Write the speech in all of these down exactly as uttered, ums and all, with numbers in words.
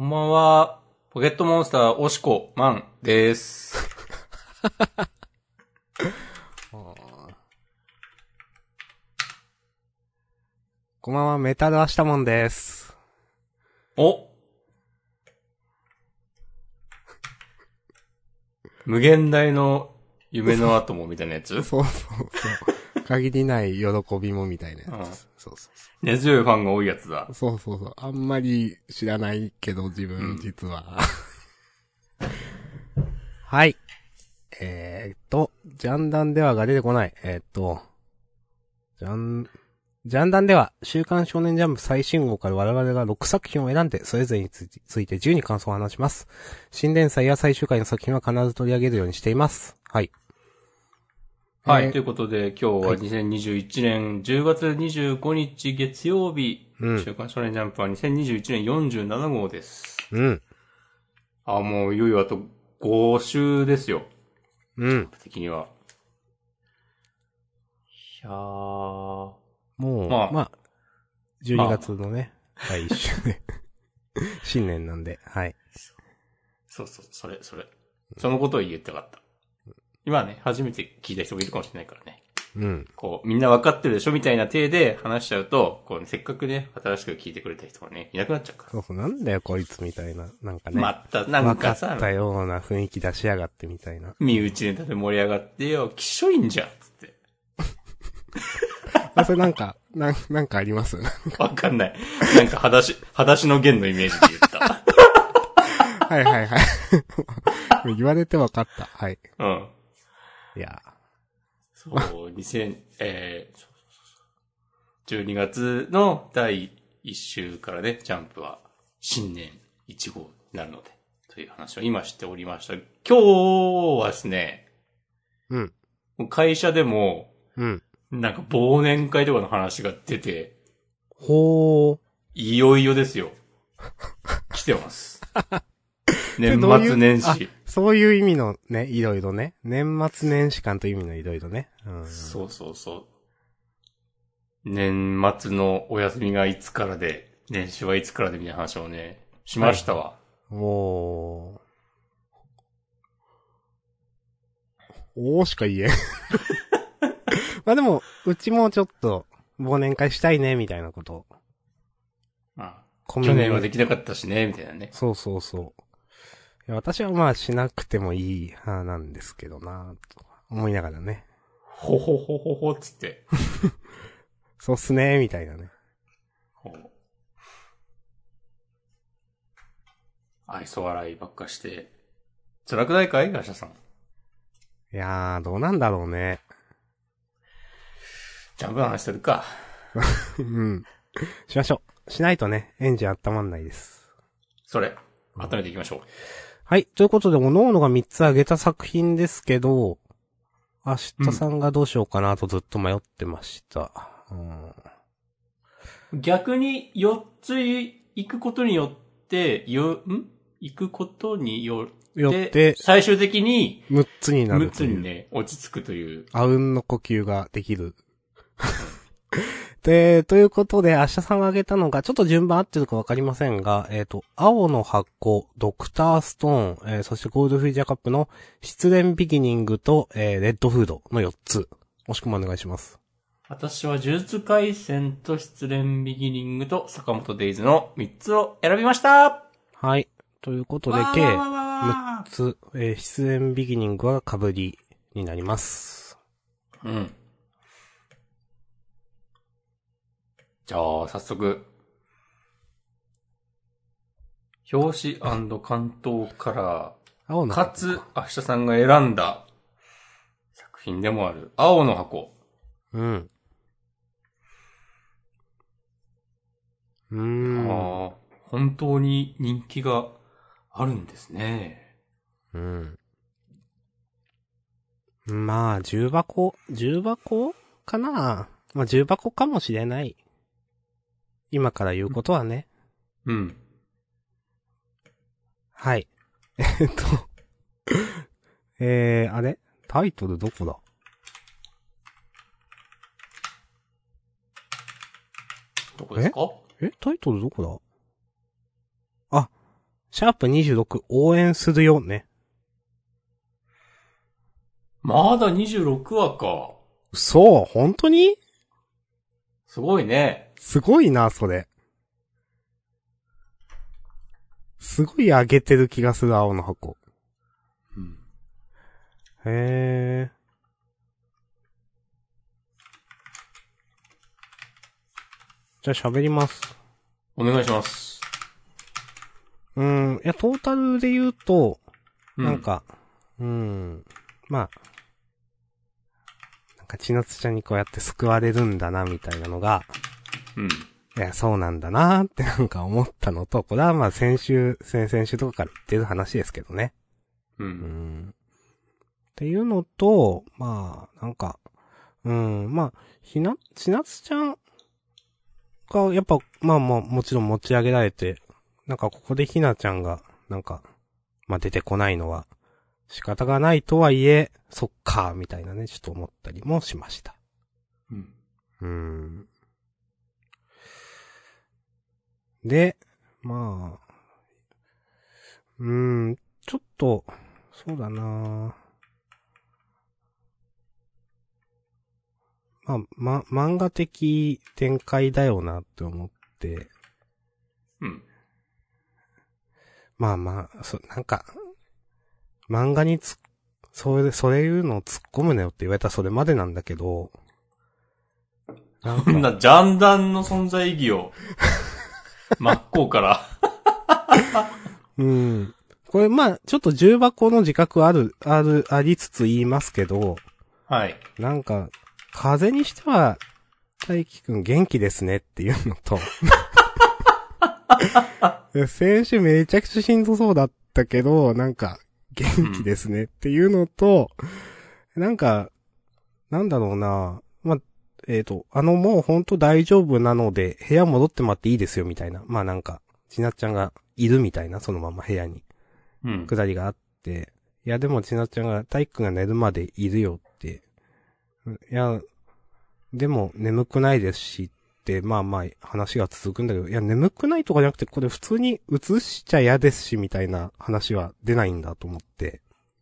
こんばんは。ポケットモンスターおしこマンです。 こんばんは、メタルアシタモンです。 お無限大の夢のアトムみたいなやつそうそうそう。限りない喜びもみたいなやつ。うん、そうそうそう。 根強いファンが多いやつだ。 そうそうそう。あんまり知らないけど自分実は。うん、はい。えーっと、ジャンダンではが出てこない。えーっと、ジャン、ジャンダンでは、週刊少年ジャンプ最新号から我々がろくさく品を選んで、それぞれについてじゅうに感想を話します。新連載や最終回の作品は必ず取り上げるようにしています。はい。 はい、えー、ということで、今日はにせんにじゅういちねんじゅうがつにじゅうごにち月曜日、うん、週刊少年ジャンプはにせんにじゅういちねんよんじゅうななごうです。 うん。 あ、もういよいよあとご週ですよ。 うん。ジャンプ的には。いやー。もう、まあ、まあ、じゅうにがつのね、まあ、第一週で。新年なんで、はい。 そうそう、それ、それ。そのことを言ってかった。今ね、初めて聞いた人もいるかもしれないからね。 うん。 こう、みんな分かってるでしょみたいな体で話しちゃうと、こう、ね、せっかくね、新しく聞いてくれた人がね、いなくなっちゃうから。 そうそう、なんだよこいつみたいな、なんかね。 また、なんかさ。 分かったような雰囲気出しやがってみたいな。 身内ネタで盛り上がってよ、きっしょいんじゃんつって。 あ、それなんか、なん、なんかありますわかんない。なんか、裸足、裸足の弦のイメージで言った。 はいはいはい。言われて分かった。はい。 うん。 いや。 そう、にせん、えー、じゅうにがつのだいいっ週からね、ジャンプは新年いち号になるので、という話を今しておりました。今日はですね、 うん。 会社でも、 うん。 なんか忘年会とかの話が出て、 ほー。 いよいよですよ。来てます。年末年始そ。そういう意味のね、いろいろね。年末年始間という意味のいろいろね。うん。 そうそうそう。年末のお休みがいつからで、年始はいつからでみたいな話をね、しましたわ。 はい、おー。おーしか言えん。まあでも、うちもちょっと、忘年会したいね、みたいなこと。 ああ去年はできなかったしね、みたいなね。 そうそうそう。いや私はまあしなくてもいい派なんですけどなと思いながらね。 ほほほほほつって。 そうっすね、みたいなね。 ほう。愛想笑いばっかして。辛くないかいガシャさん。 いやー、どうなんだろうね。 ジャンプの話するか。 うん。しましょう。しないとね、エンジン温まんないです。 それ、温めていきましょう。 はい。ということで、おのおのがみっつ挙げた作品ですけど、明日さんがどうしようかなとずっと迷ってました。うんうん、逆によっつ行くことによって、よ、ん行くことによって、よって最終的に、 むっつになる。 むっつにね、落ち着くという。 あうんの呼吸ができる。で、ということで、明日さんが挙げたのが、ちょっと順番合ってるかわかりませんが、えっ、ー、と、青の箱、ドクターストーン、えー、そしてゴールドフィージャーカップの失恋ビギニングと、えー、レッドフードのよっつ。もしくもお願いします。 私は呪術廻戦と失恋ビギニングと坂本デイズのみっつを選びましたはい。ということで、計むっつ、えー、失恋ビギニングは被りになります。 うん。じゃあ、早速。表紙関東カラー。かつ、明日さんが選んだ作品でもある、青の箱。 うん。うーん。 ああ、本当に人気があるんですね。 うん。まあ、重箱、重箱かなまあ、重箱かもしれない。今から言うことはね。 うん。 はい。えっと。えー、あれタイトルどこだどこですか？ ええタイトルどこだあ、 シャープにじゅうろく応援するよね。 まだにじゅうろくわか。 そう、本当に？ すごいね。 すごいな、それ。すごい上げてる気がする、青の箱。 うん、 へー。じゃあ喋ります。 お願いします。 うーん、いや、トータルで言うと、 うん、 なんか、うーん、まあ、なんか千夏ちゃんにこうやって救われるんだな、みたいなのが、 うん。 いや、そうなんだなーってなんか思ったのと、これはまあ先週、先々週とかから言ってる話ですけどね。 うん。 うーん。っていうのと、まあ、なんか、うん、まあ、ひな、千夏ちゃんが、やっぱ、まあまあ、もちろん持ち上げられて、なんかここでひなちゃんが、なんか、まあ出てこないのは、仕方がないとはいえ、そっか、みたいなね、ちょっと思ったりもしました。 うん。 うーん。で、まあ、うーん、ちょっと、そうだなまあ、ま、漫画的展開だよなって思って、 うん。 まあまあ、そ、なんか、漫画につ、それ、それいうのを突っ込むなよって言われたらそれまでなんだけど、 こんなジャンダンの存在意義を、真っ向から。 うん。これまあ、ちょっと重箱の自覚ある、ある、ありつつ言いますけど、 はい。 なんか、風にしては、大輝くん元気ですねっていうのと、先週めちゃくちゃしんどそうだったけど、なんか、元気ですねっていうのと、うん、なんか、なんだろうな、まあ、えっと、あのもうほんと大丈夫なので、部屋戻ってもらっていいですよみたいな。まあなんか、ちなっちゃんがいるみたいな、そのまま部屋に。 うん。 くだりがあって、いやでもちなっちゃんが、体育が寝るまでいるよって。いや、でも眠くないですしって、まあまあ話が続くんだけど、いや眠くないとかじゃなくて、これ普通に映しちゃ嫌ですしみたいな話は出ないんだと思って。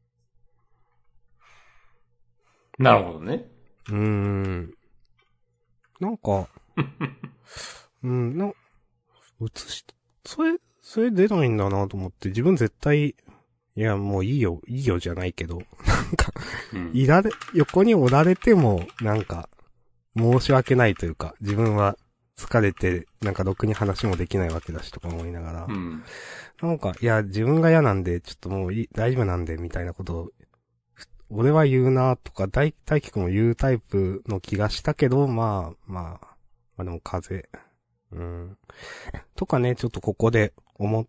なるほどね。 うーん。なんか、うん、な、映し、それ、それ出ないんだなと思って、自分絶対、いや、もういいよ、いいよじゃないけど、なんか、うん、いられ、横におられても、なんか、申し訳ないというか、自分は疲れて、なんかろくに話もできないわけだしとか思いながら、うん、なんか、いや、自分が嫌なんで、ちょっともういい、大丈夫なんで、みたいなことを、俺は言うなとか、大、大輝くんも言うタイプの気がしたけど、まあ、まあ、まあでも風、うん。とかね、ちょっとここで思って、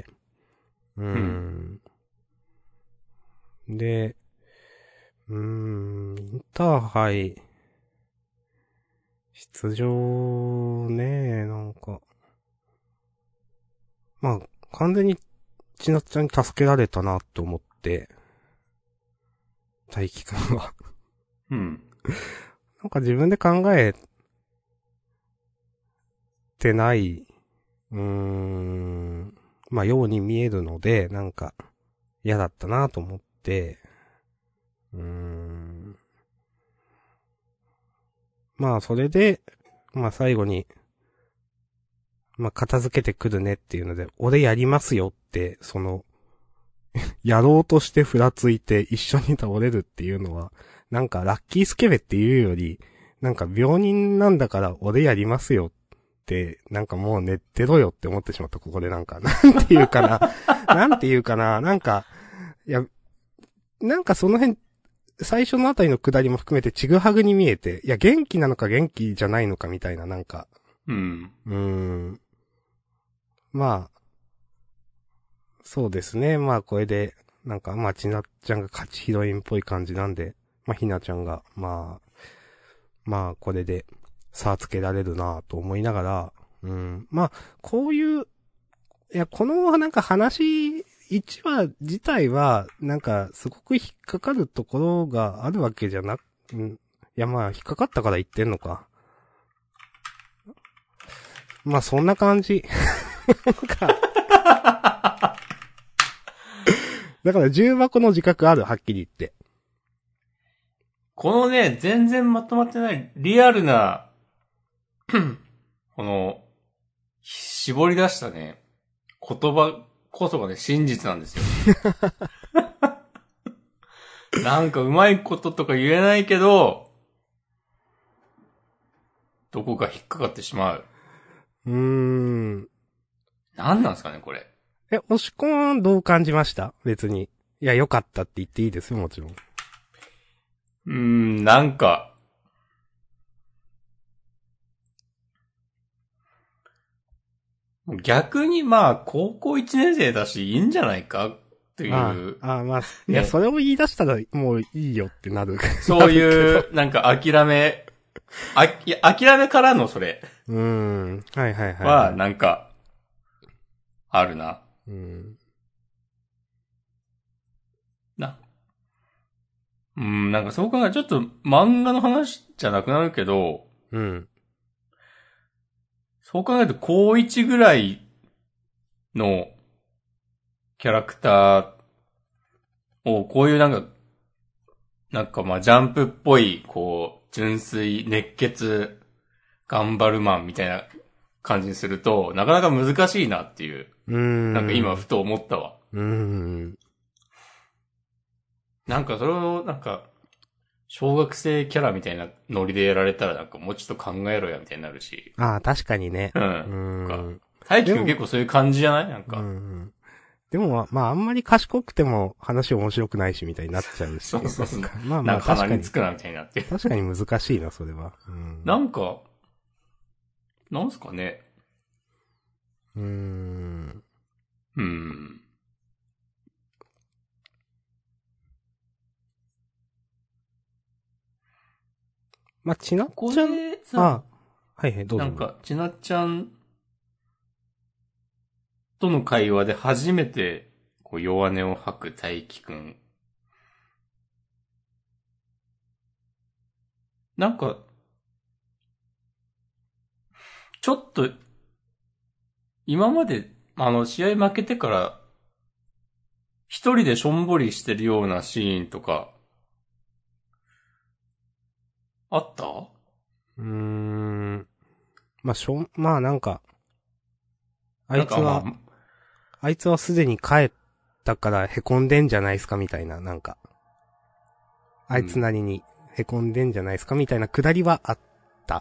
うーん。うん、で、うーん、インターハイ、出場ね、なんか。まあ、完全にちなっちゃんに助けられたなって思って、大輝くんは。 うん。 なんか自分で考えてない、うーん、まあ、ように見えるので、なんか、嫌だったなと思って、うーん。まあ、それで、まあ、最後に、まあ、片付けてくるねっていうので、俺やりますよって、その、やろうとしてふらついて一緒に倒れるっていうのは、なんかラッキースケベっていうより、なんか病人なんだから俺やりますよって、なんかもう寝てろよって思ってしまった、ここでなんか。なんていうかな。なんていうかな。なんか、いや、なんかその辺、最初のあたりの下りも含めてちぐはぐに見えて、いや元気なのか元気じゃないのかみたいな、なんか。 うん。 うーん。まあ、そうですね。まあこれで、なんか、まあちなっちゃんが勝ちヒロインっぽい感じなんで、まあひなちゃんが、まあ、まあこれで差つけられるなと思いながら、うん。まあ、こういう、いや、このなんか話、いちわ自体は、なんか、すごく引っかかるところがあるわけじゃなく、うん。いやまあ、引っかかったから言ってんのか。まあそんな感じ。なんかだから重箱の自覚ある、はっきり言って。 このね、全然まとまってないリアルな、この、絞り出したね、言葉こそがね、真実なんですよ。なんかうまいこととか言えないけど、どこか引っかかってしまう。 うーん。 なんなんですかね、これ。 え、押し込まんどう感じました？別に。いや、良かったって言っていいですよ、もちろん。 うーん、なんか、逆にまあ、高校いちねん生だし、いいんじゃないかっていう。 ああ、あまあ、 ね、 いや、それを言い出したらもういいよってなる。 そういう、なんか諦め、あ、いや、諦めからのそれ。 うーん。はいはいはい。 は、なんか、あるな。 うん。 な。うん、なんかそう考えるとちょっと漫画の話じゃなくなるけど、 うん。 そう考えると高いちぐらいのキャラクターをこういうなんか、なんかまあジャンプっぽい、こう、純粋、熱血、頑張るマンみたいな感じにすると、なかなか難しいなっていう。 うーん。 なんか今ふと思ったわ。 うーん。 なんかそれを、なんか、小学生キャラみたいなノリでやられたらなんかもうちょっと考えろやみたいになるし。 ああ、確かにね。 う。 うんーん。 大輝くん結構そういう感じじゃないなんか。 うん。でも、まあ、あんまり賢くても話面白くないしみたいになっちゃうし。 そうそうそう。 まあまあ、 なんか確かに。 鼻につくなみたいになって。 確かに難しいな、それは。うん、 なんか、なんすかね。 うーん。 うん。 まあ、ちなっこちゃん、 れさ、 あはいはい、どうぞ。 なんか、ちなっちゃんとの会話で初めて、こう、弱音を吐く大輝くん。なんか、ちょっと、今まで、あの、試合負けてから、一人でしょんぼりしてるようなシーンとか、あった？ うーん。まあ、しょ、まあなんか、あいつは、 まあ、 あいつはすでに帰ったから凹んでんじゃないですかみたいな、なんか。あいつなりに凹んでんじゃないですかみたいなくだりはあった。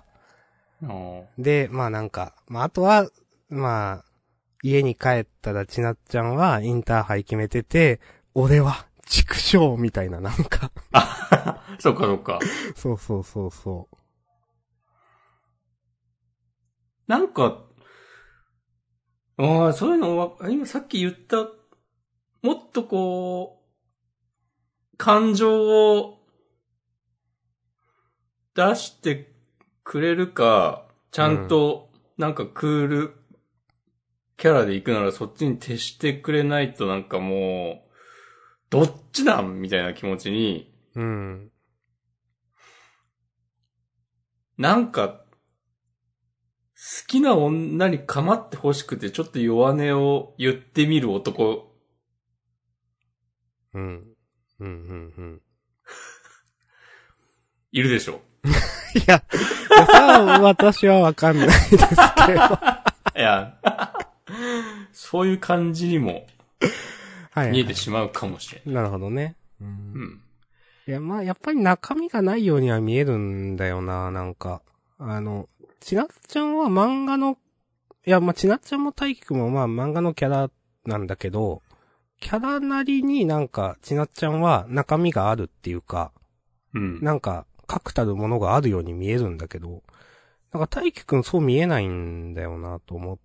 うん、 で、まあなんか、まああとは、まあ、家に帰ったらちなっちゃんはインターハイ決めてて、俺は、畜生みたいな、なんかあ、そっかそっか。 そうそうそうそう。 なんか、ああ、そういうのは、今さっき言った、もっとこう、感情を出してくれるか、ちゃんと、なんかクールキャラで行くならそっちに徹してくれないとなんかもう、どっちなんみたいな気持ちに、 うん。 なんか、好きな女に構って欲しくてちょっと弱音を言ってみる男。 うん。うん、うん、うん。 いるでしょ。 いや、いやさあ、私はわかんないですけど。 いや、そういう感じにもはい、 見えてしまうかもしれない。 なるほどね。 うん。うん、 いや、まあ、やっぱり中身がないようには見えるんだよな、なんか。あの、ちなっちゃんは漫画の、いや、まあ、ちなっちゃんも大輝くんもまあ漫画のキャラなんだけど、キャラなりになんか、ちなっちゃんは中身があるっていうか、 うん。 なんか、確たるものがあるように見えるんだけど、なんか大輝くんそう見えないんだよなと思って、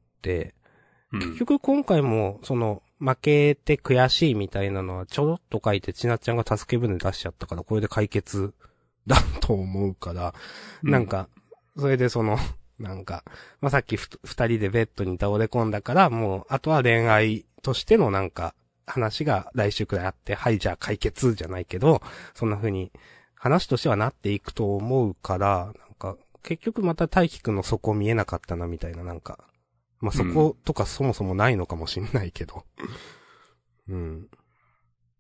うん、 結局今回も、その、負けて悔しいみたいなのはちょろっと書いてちなっちゃんが助け舟出しちゃったから、これで解決だと思うから、うん、なんか、それでその、なんか、まあ、さっきふ二人でベッドに倒れ込んだから、もう、あとは恋愛としてのなんか、話が来週くらいあって、はい、じゃあ解決じゃないけど、そんな風に、話としてはなっていくと思うから、なんか、結局また大輝くんの底見えなかったなみたいな、なんか、まあ、そことかそもそもないのかもしんないけど。うん。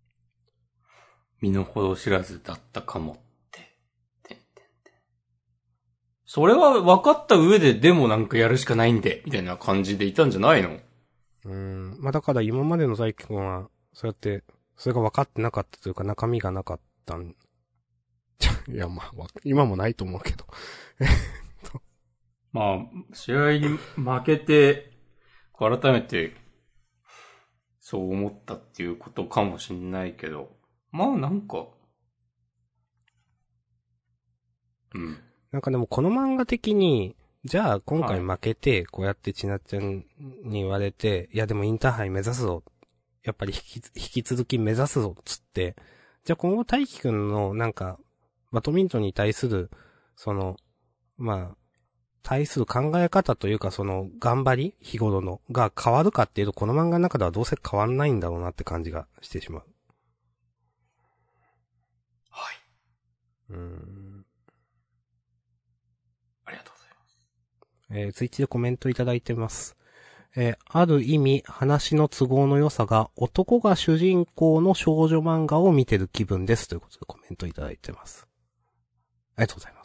身の程知らずだったかもって。てんてんてんそれは分かった上ででもなんかやるしかないんで、みたいな感じでいたんじゃないの？ うーん。まあだから今までの大輝くんは、そうやって、それが分かってなかったというか中身がなかったん。いや、まあ、今もないと思うけど。 まあ、試合に負けて、改めて、そう思ったっていうことかもしんないけど、まあなんか、うん。 なんかでもこの漫画的に、じゃあ今回負けて、こうやってちなっちゃんに言われて、はい、いやでもインターハイ目指すぞ。やっぱり引き、引き続き目指すぞ、つって。じゃあ今後大輝くんのなんか、バドミントンに対する、その、まあ、対する考え方というかその、頑張り日頃の、が変わるかっていうと、この漫画の中ではどうせ変わんないんだろうなって感じがしてしまう。 はい。 うーん。 ありがとうございます。 えー、ツイッチでコメントいただいてます。えー、ある意味、話の都合の良さが、男が主人公の少女漫画を見てる気分です。ということでコメントいただいてます。ありがとうございます。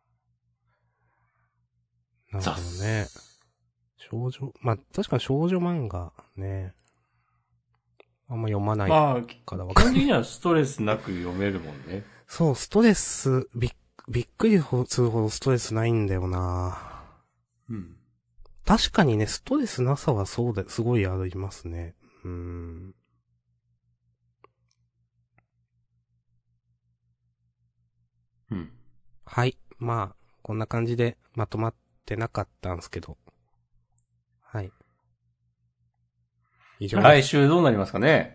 なるほどね。少女、まあ、確かに少女漫画ね。あんま読まないからわかんない。まあ、 基本的にはストレスなく読めるもんね。 そう、ストレス、びっ、びっくりするほどストレスないんだよな。 うん。 確かにね、ストレスなさはそうで、すごいありますね。うーん。 うん。 はい。まあ、こんな感じでまとまってなかったんですけど。はい。以上です。 来週どうなりますかね？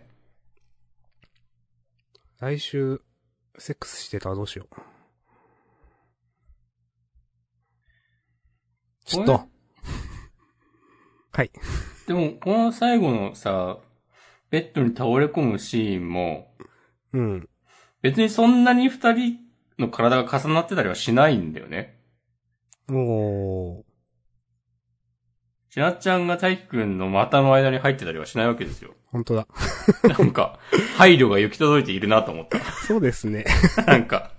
来週、セックスしてたらどうしよう。ちょっと。はい。 でも、この最後のさ、ベッドに倒れ込むシーンも、 うん。 別にそんなに二人の体が重なってたりはしないんだよね。 おー。 ちなっちゃんが大輝くんの股の間に入ってたりはしないわけですよ。 本当だ。 なんか、配慮が行き届いているなと思った。 そうですね。 なんか、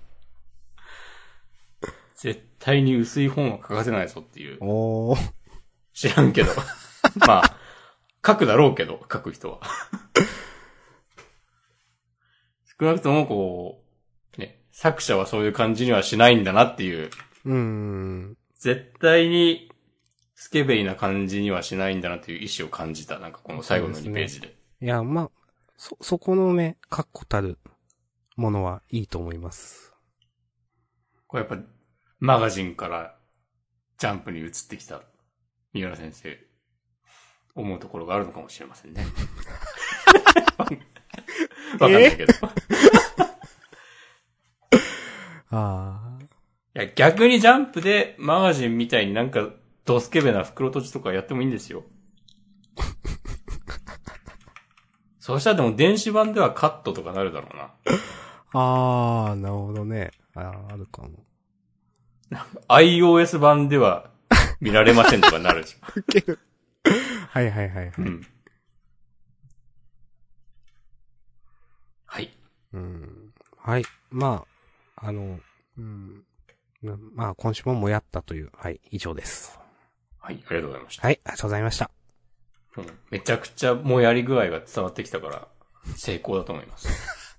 絶対に薄い本は書かせないぞっていう。 おー。 知らんけど。まあ、書くだろうけど、書く人は。少なくともこう、ね、作者はそういう感じにはしないんだなっていう。 うーん。 絶対に、スケベイな感じにはしないんだなという意志を感じた。なんかこの最後のにページで。でね、 いや、まあ、そ、そこのね、確固たるものはいいと思います。 これやっぱ、マガジンからジャンプに移ってきた三浦先生、思うところがあるのかもしれませんね。わかんないけど。 ああ。 いや、逆にジャンプでマガジンみたいになんかドスケベな袋閉じとかやってもいいんですよ。そうしたらでも電子版ではカットとかなるだろうな。 ああ、なるほどね。ああ、あるかも。 iOS 版では見られませんとかなるし。 はいはいはいはい。 うん。はい。 うん。はい。まあ、あの、うん。まあ、今週ももやったという、はい、以上です。 はい、ありがとうございました。 はい、ありがとうございました。 うん、めちゃくちゃもやり具合が伝わってきたから、成功だと思います。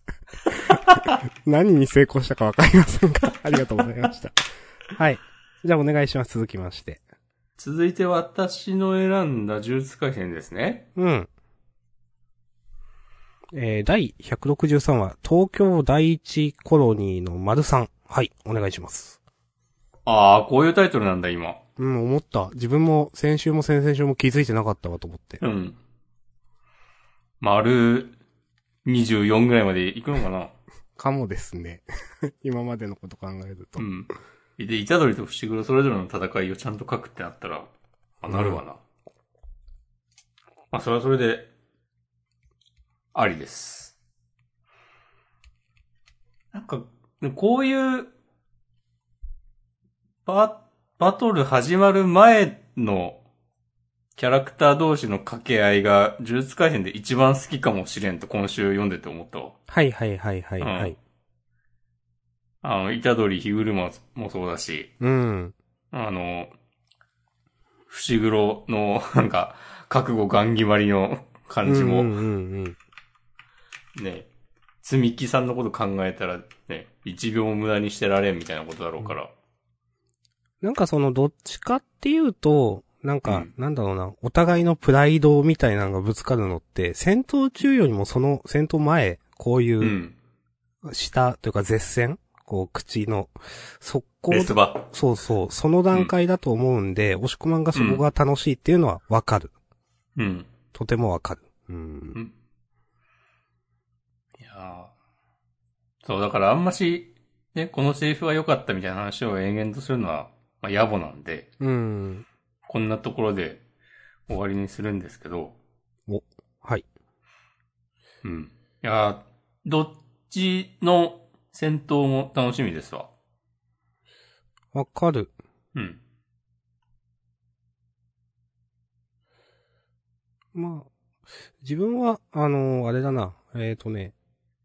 何に成功したかわかりませんが、ありがとうございました。はい。じゃあお願いします。続きまして。 続いて私の選んだ呪術廻戦ですね。 うん。えー、だいひゃくろくじゅうさんわ、東京第一コロニーの丸さん。はい、お願いします。 ああ、こういうタイトルなんだ、今。 うん、思った。自分も先週も先々週も気づいてなかったわと思って。 うん。丸にじゅうよんぐらいまで行くのかなかもですね。今までのこと考えると。 うん。で、イタドリと伏黒それぞれの戦いをちゃんと書くってなったら、あ、なるわな。うん、まあ、それはそれで、ありです。なんか、こういう、バ、バトル始まる前のキャラクター同士の掛け合いが、呪術廻戦で一番好きかもしれんと今週読んでて思ったわ。 はいはいはいはいはい。 うん、あの、虎杖日車もそうだし、 うん。 あの、伏黒の、なんか、覚悟ガン決まりの感じも、 うんうんうんうん、ね、積み木さんのこと考えたら、ね、一秒も無駄にしてられんみたいなことだろうから。 なんかその、どっちかっていうと、なんか、 うん、 なんだろうな、お互いのプライドみたいなのがぶつかるのって、戦闘中よりもその、戦闘前、こういう、下というか絶戦こう、口の、速攻、 レスバ。 そうそう、その段階だと思うんで、押し込まんがそこが楽しいっていうのはわかる。 うん。 とてもわかる。うん。うん、 いやーそう、だからあんまし、ね、このセリフは良かったみたいな話を延々とするのは、まあ、野暮なんで、 うん。 こんなところで終わりにするんですけど。 お、はい。 うん。いやーどっちの戦闘も楽しみですわ。 わかる。 うん。 まあ、自分は、あのーあれだな、えっ、ー、とね、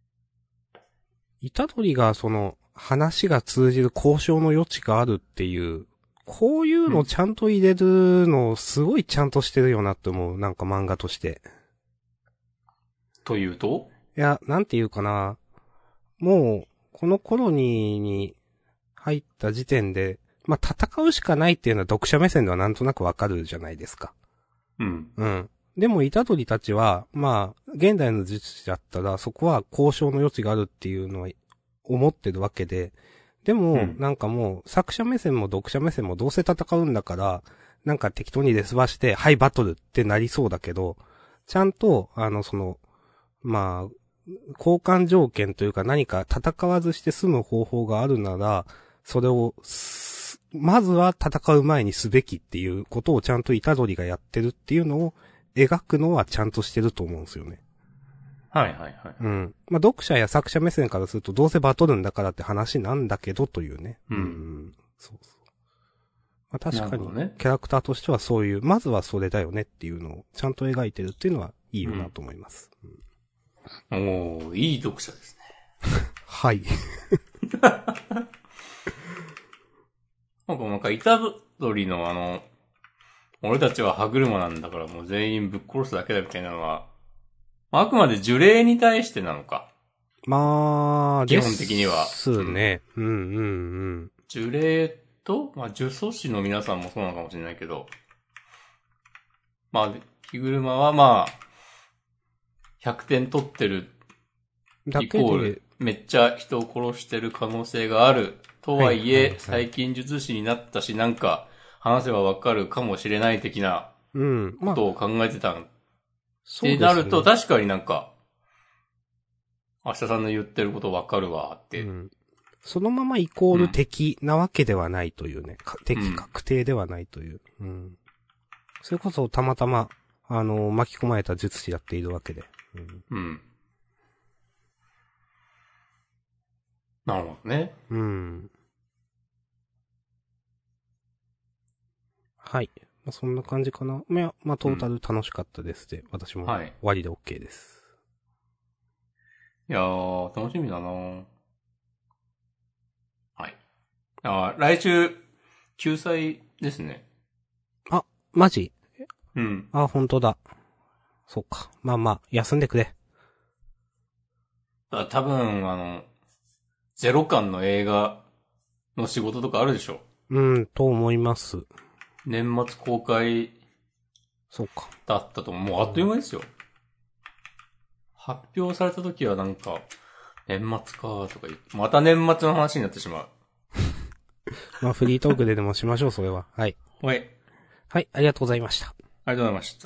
虎杖がその、話が通じる交渉の余地があるっていう、こういうのちゃんと入れるの、すごいちゃんとしてるよなって思う、なんか漫画として。 というといや、なんていうかな、もう、このコロニーに入った時点で、まあ、戦うしかないっていうのは読者目線ではなんとなくわかるじゃないですか。 うん。 うん。でも、虎杖たちは、まあ、現代の術師だったら、そこは交渉の余地があるっていうのは、思ってるわけで、でも、うん、なんかもう、作者目線も読者目線もどうせ戦うんだから、なんか適当にレスバして、はい、バトルってなりそうだけど、ちゃんと、あの、その、まあ、交換条件というか何か戦わずして済む方法があるなら、それを、まずは戦う前にすべきっていうことをちゃんと虎杖がやってるっていうのを描くのはちゃんとしてると思うんですよね。 はいはいはい。 うん。まあ、読者や作者目線からするとどうせバトるんだからって話なんだけどというね。 うん。うんうん、そうそう。まあ、確かに、 ね、 キャラクターとしてはそういう、まずはそれだよねっていうのをちゃんと描いてるっていうのはいいよなと思います。 うん、おー、いい読者ですね。 はい。 なんか、なんか、虎杖のあの、俺たちは歯車なんだからもう全員ぶっ殺すだけだみたいなのは、あくまで呪霊に対してなのか。 まあ、 基本的には。 ですね。うん、うん、うんうん。 呪霊と、まあ、呪詛師の皆さんもそうなのかもしれないけど、まあ、火車はまあ、ひゃくてん取ってるイコール、めっちゃ人を殺してる可能性がある。とはいえ、はいはいはい、最近術師になったし、なんか、話せばわかるかもしれない的な、ことを考えてたん。ってなると、確かになんか、明日さんの言ってることわかるわって、うん。 そのままイコール敵なわけではないというね。うん、敵確定ではないという。うん。それこそたまたま、あの、巻き込まれた術師やっているわけで。 うん。うん、なるほどね。 うん。はい。まあ、そんな感じかな。まあ、まあ、トータル楽しかったですで、うん、私も終わりで OK です。 はい、いやー、楽しみだなー。はい。あ来週、救済ですね。 あ、マジ？ うん。 あ、本当だ。そっか。まあまあ、休んでくれ。 だ多分、あの、ゼロ感の映画の仕事とかあるでしょ。 うん、と思います。 年末公開。 そうか。 だったと思う。もうあっという間ですよ。発表された時はなんか、年末かとか言って、また年末の話になってしまう。 まあフリートークででもしましょう、それは。はい。 はい。 はい、ありがとうございました。 ありがとうございました。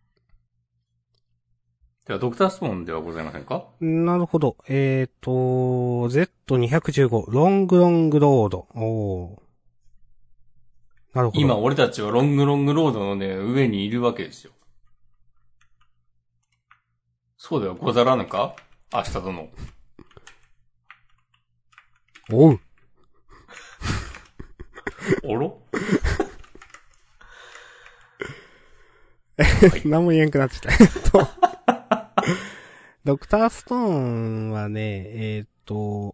では、ドクターストーンではございませんか？ なるほど。えーと、ゼットにひゃくじゅうご、ロングロングロード。おー。なるほど。 今、俺たちはロングロングロードのね、上にいるわけですよ。そうだよ、ござらぬか？明日殿。 おう。 おろ何も言えんくなっちゃった。えっと、ドクターストーンはね、えーっと、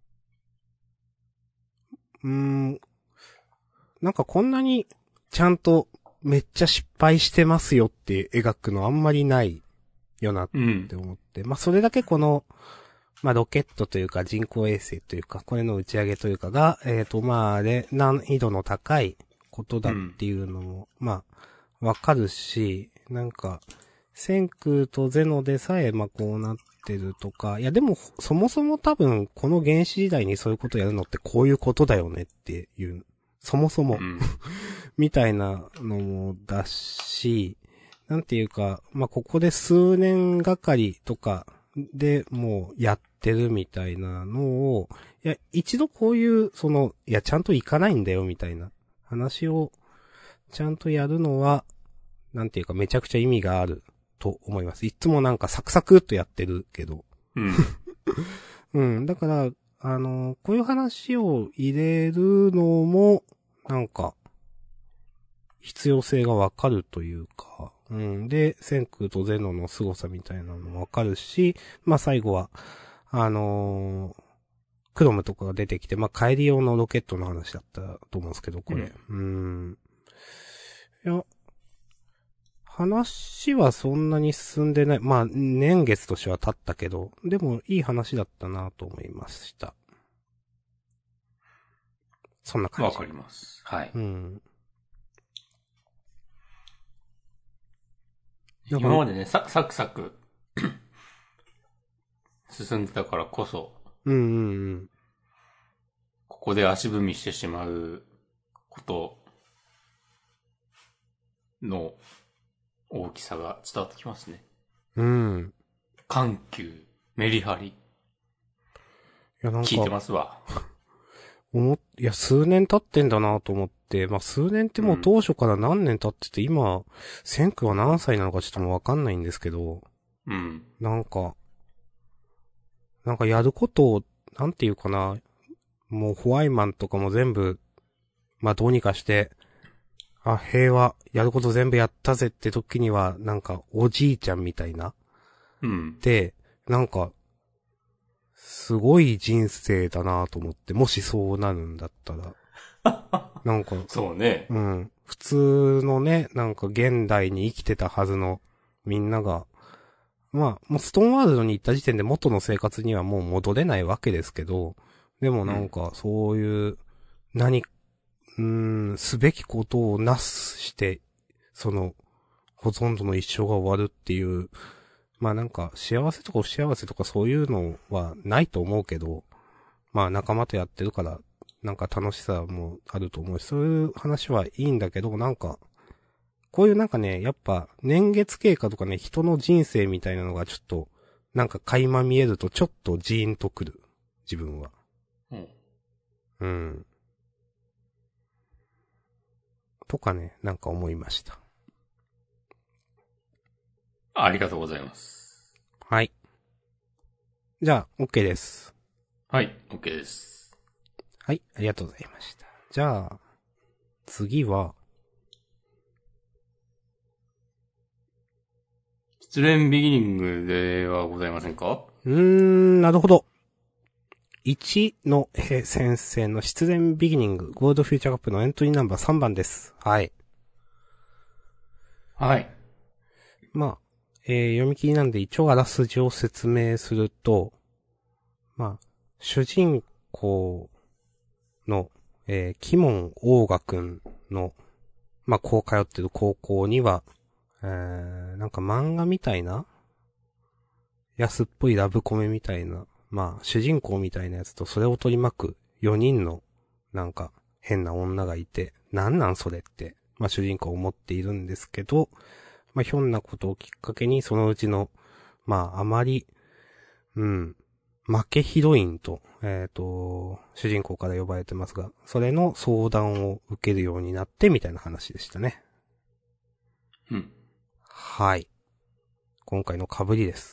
うーん、なんかこんなにちゃんとめっちゃ失敗してますよって描くのあんまりないよなっうんて。思って。まあそれだけこの、まあロケットというか人工衛星というか、これの打ち上げというかが、えーっとまあで、難易度の高いことだっていうのも、まあ、わかるし、なんか、千空とゼノでさえ、まあこうなってるとか、いやでも、そもそも多分、この原始時代にそういうことやるのってこういうことだよねっていう、そもそも、 うん。 みたいなのもだし、なんていうか、まあここで数年がかりとかでもうやってるみたいなのを、いや、一度こういう、その、いや、ちゃんと行かないんだよみたいな話を、ちゃんとやるのは、なんていうかめちゃくちゃ意味があると思います。いつもなんかサクサクっとやってるけど。 うん。 うん。だから、あの、こういう話を入れるのも、なんか、必要性がわかるというか、うん。で、千空とゼノの凄さみたいなのもわかるし、まあ最後は、あのークロムとかが出てきて、まあ帰り用のロケットの話だったと思うんですけど、これ。うん。んいや、話はそんなに進んでない。まあ、年月としては経ったけど、でもいい話だったなと思いました。そんな感じ。 わかります。はい。 うん。 今までね、ササクサク進んでたからこそ、 うんうんうん。 ここで足踏みしてしまうことの大きさが伝わってきますね。 うん。 緩急、メリハリ。いや、なんか、 聞いてますわ。 思っ、いや、数年経ってんだなと思って、まあ、数年ってもう当初から何年経ってて、今、千空は何歳なのかちょっともうわかんないんですけど、 うん。 なんか、なんかやることを、なんていうかな、もうホワイマンとかも全部、まあ、どうにかして、あ、平和、やること全部やったぜって時には、なんか、おじいちゃんみたいな。 うん。 で、なんか、すごい人生だなと思って、もしそうなるんだったら。なんか、 そうね。 うん。普通のね、なんか現代に生きてたはずのみんなが、まあ、もうストーンワールドに行った時点で元の生活にはもう戻れないわけですけど、でもなんかそういう、何、うーん、すべきことをなすして、その、ほとんどの一生が終わるっていう、まあなんか幸せとか不幸せとかそういうのはないと思うけど、まあ仲間とやってるから、なんか楽しさもあると思うし、そういう話はいいんだけど、なんか、こういうなんかね、やっぱ年月経過とかね、人の人生みたいなのがちょっと、なんか垣間見えるとちょっとジーンとくる。自分は。 うん。 うん。とかね、なんか思いました。 ありがとうございます。 はい。じゃあ、OK です。 はい、OK です。 はい、ありがとうございました。じゃあ、次は、 失恋ビギニングではございませんか？ うーん、なるほど。いちの先生の失恋ビギニング、ゴールドフューチャーカップのエントリーナンバーさんばんです。はい。 はい。 まあ、えー、読み切りなんで一応あらすじを説明すると、まあ、主人公の、えー、キモンオーガくんの、まあ、こう通ってる高校には、えー、なんか漫画みたいな安っぽいラブコメみたいな、まあ、主人公みたいなやつとそれを取り巻くよにんの、なんか、変な女がいて、なんなんそれって、まあ主人公思っているんですけど、まあひょんなことをきっかけにそのうちの、まああまり、うん、負けヒロインと、えっと、主人公から呼ばれてますが、それの相談を受けるようになってみたいな話でしたね。 うん。 はい。今回の被りです。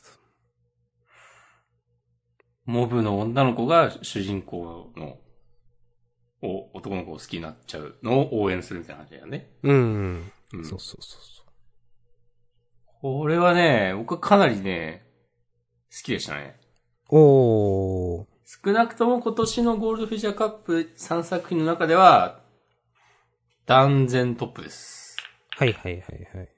モブの女の子が主人公の、お、男の子を好きになっちゃうのを応援するみたいな感じだよね。 うん、うん。 うん。 そうそうそうそう。 これはね、僕はかなりね、好きでしたね。 おー。 少なくとも今年のゴールドフィッシャーカップさんさく品の中では、断然トップです。 はいはいはいはい。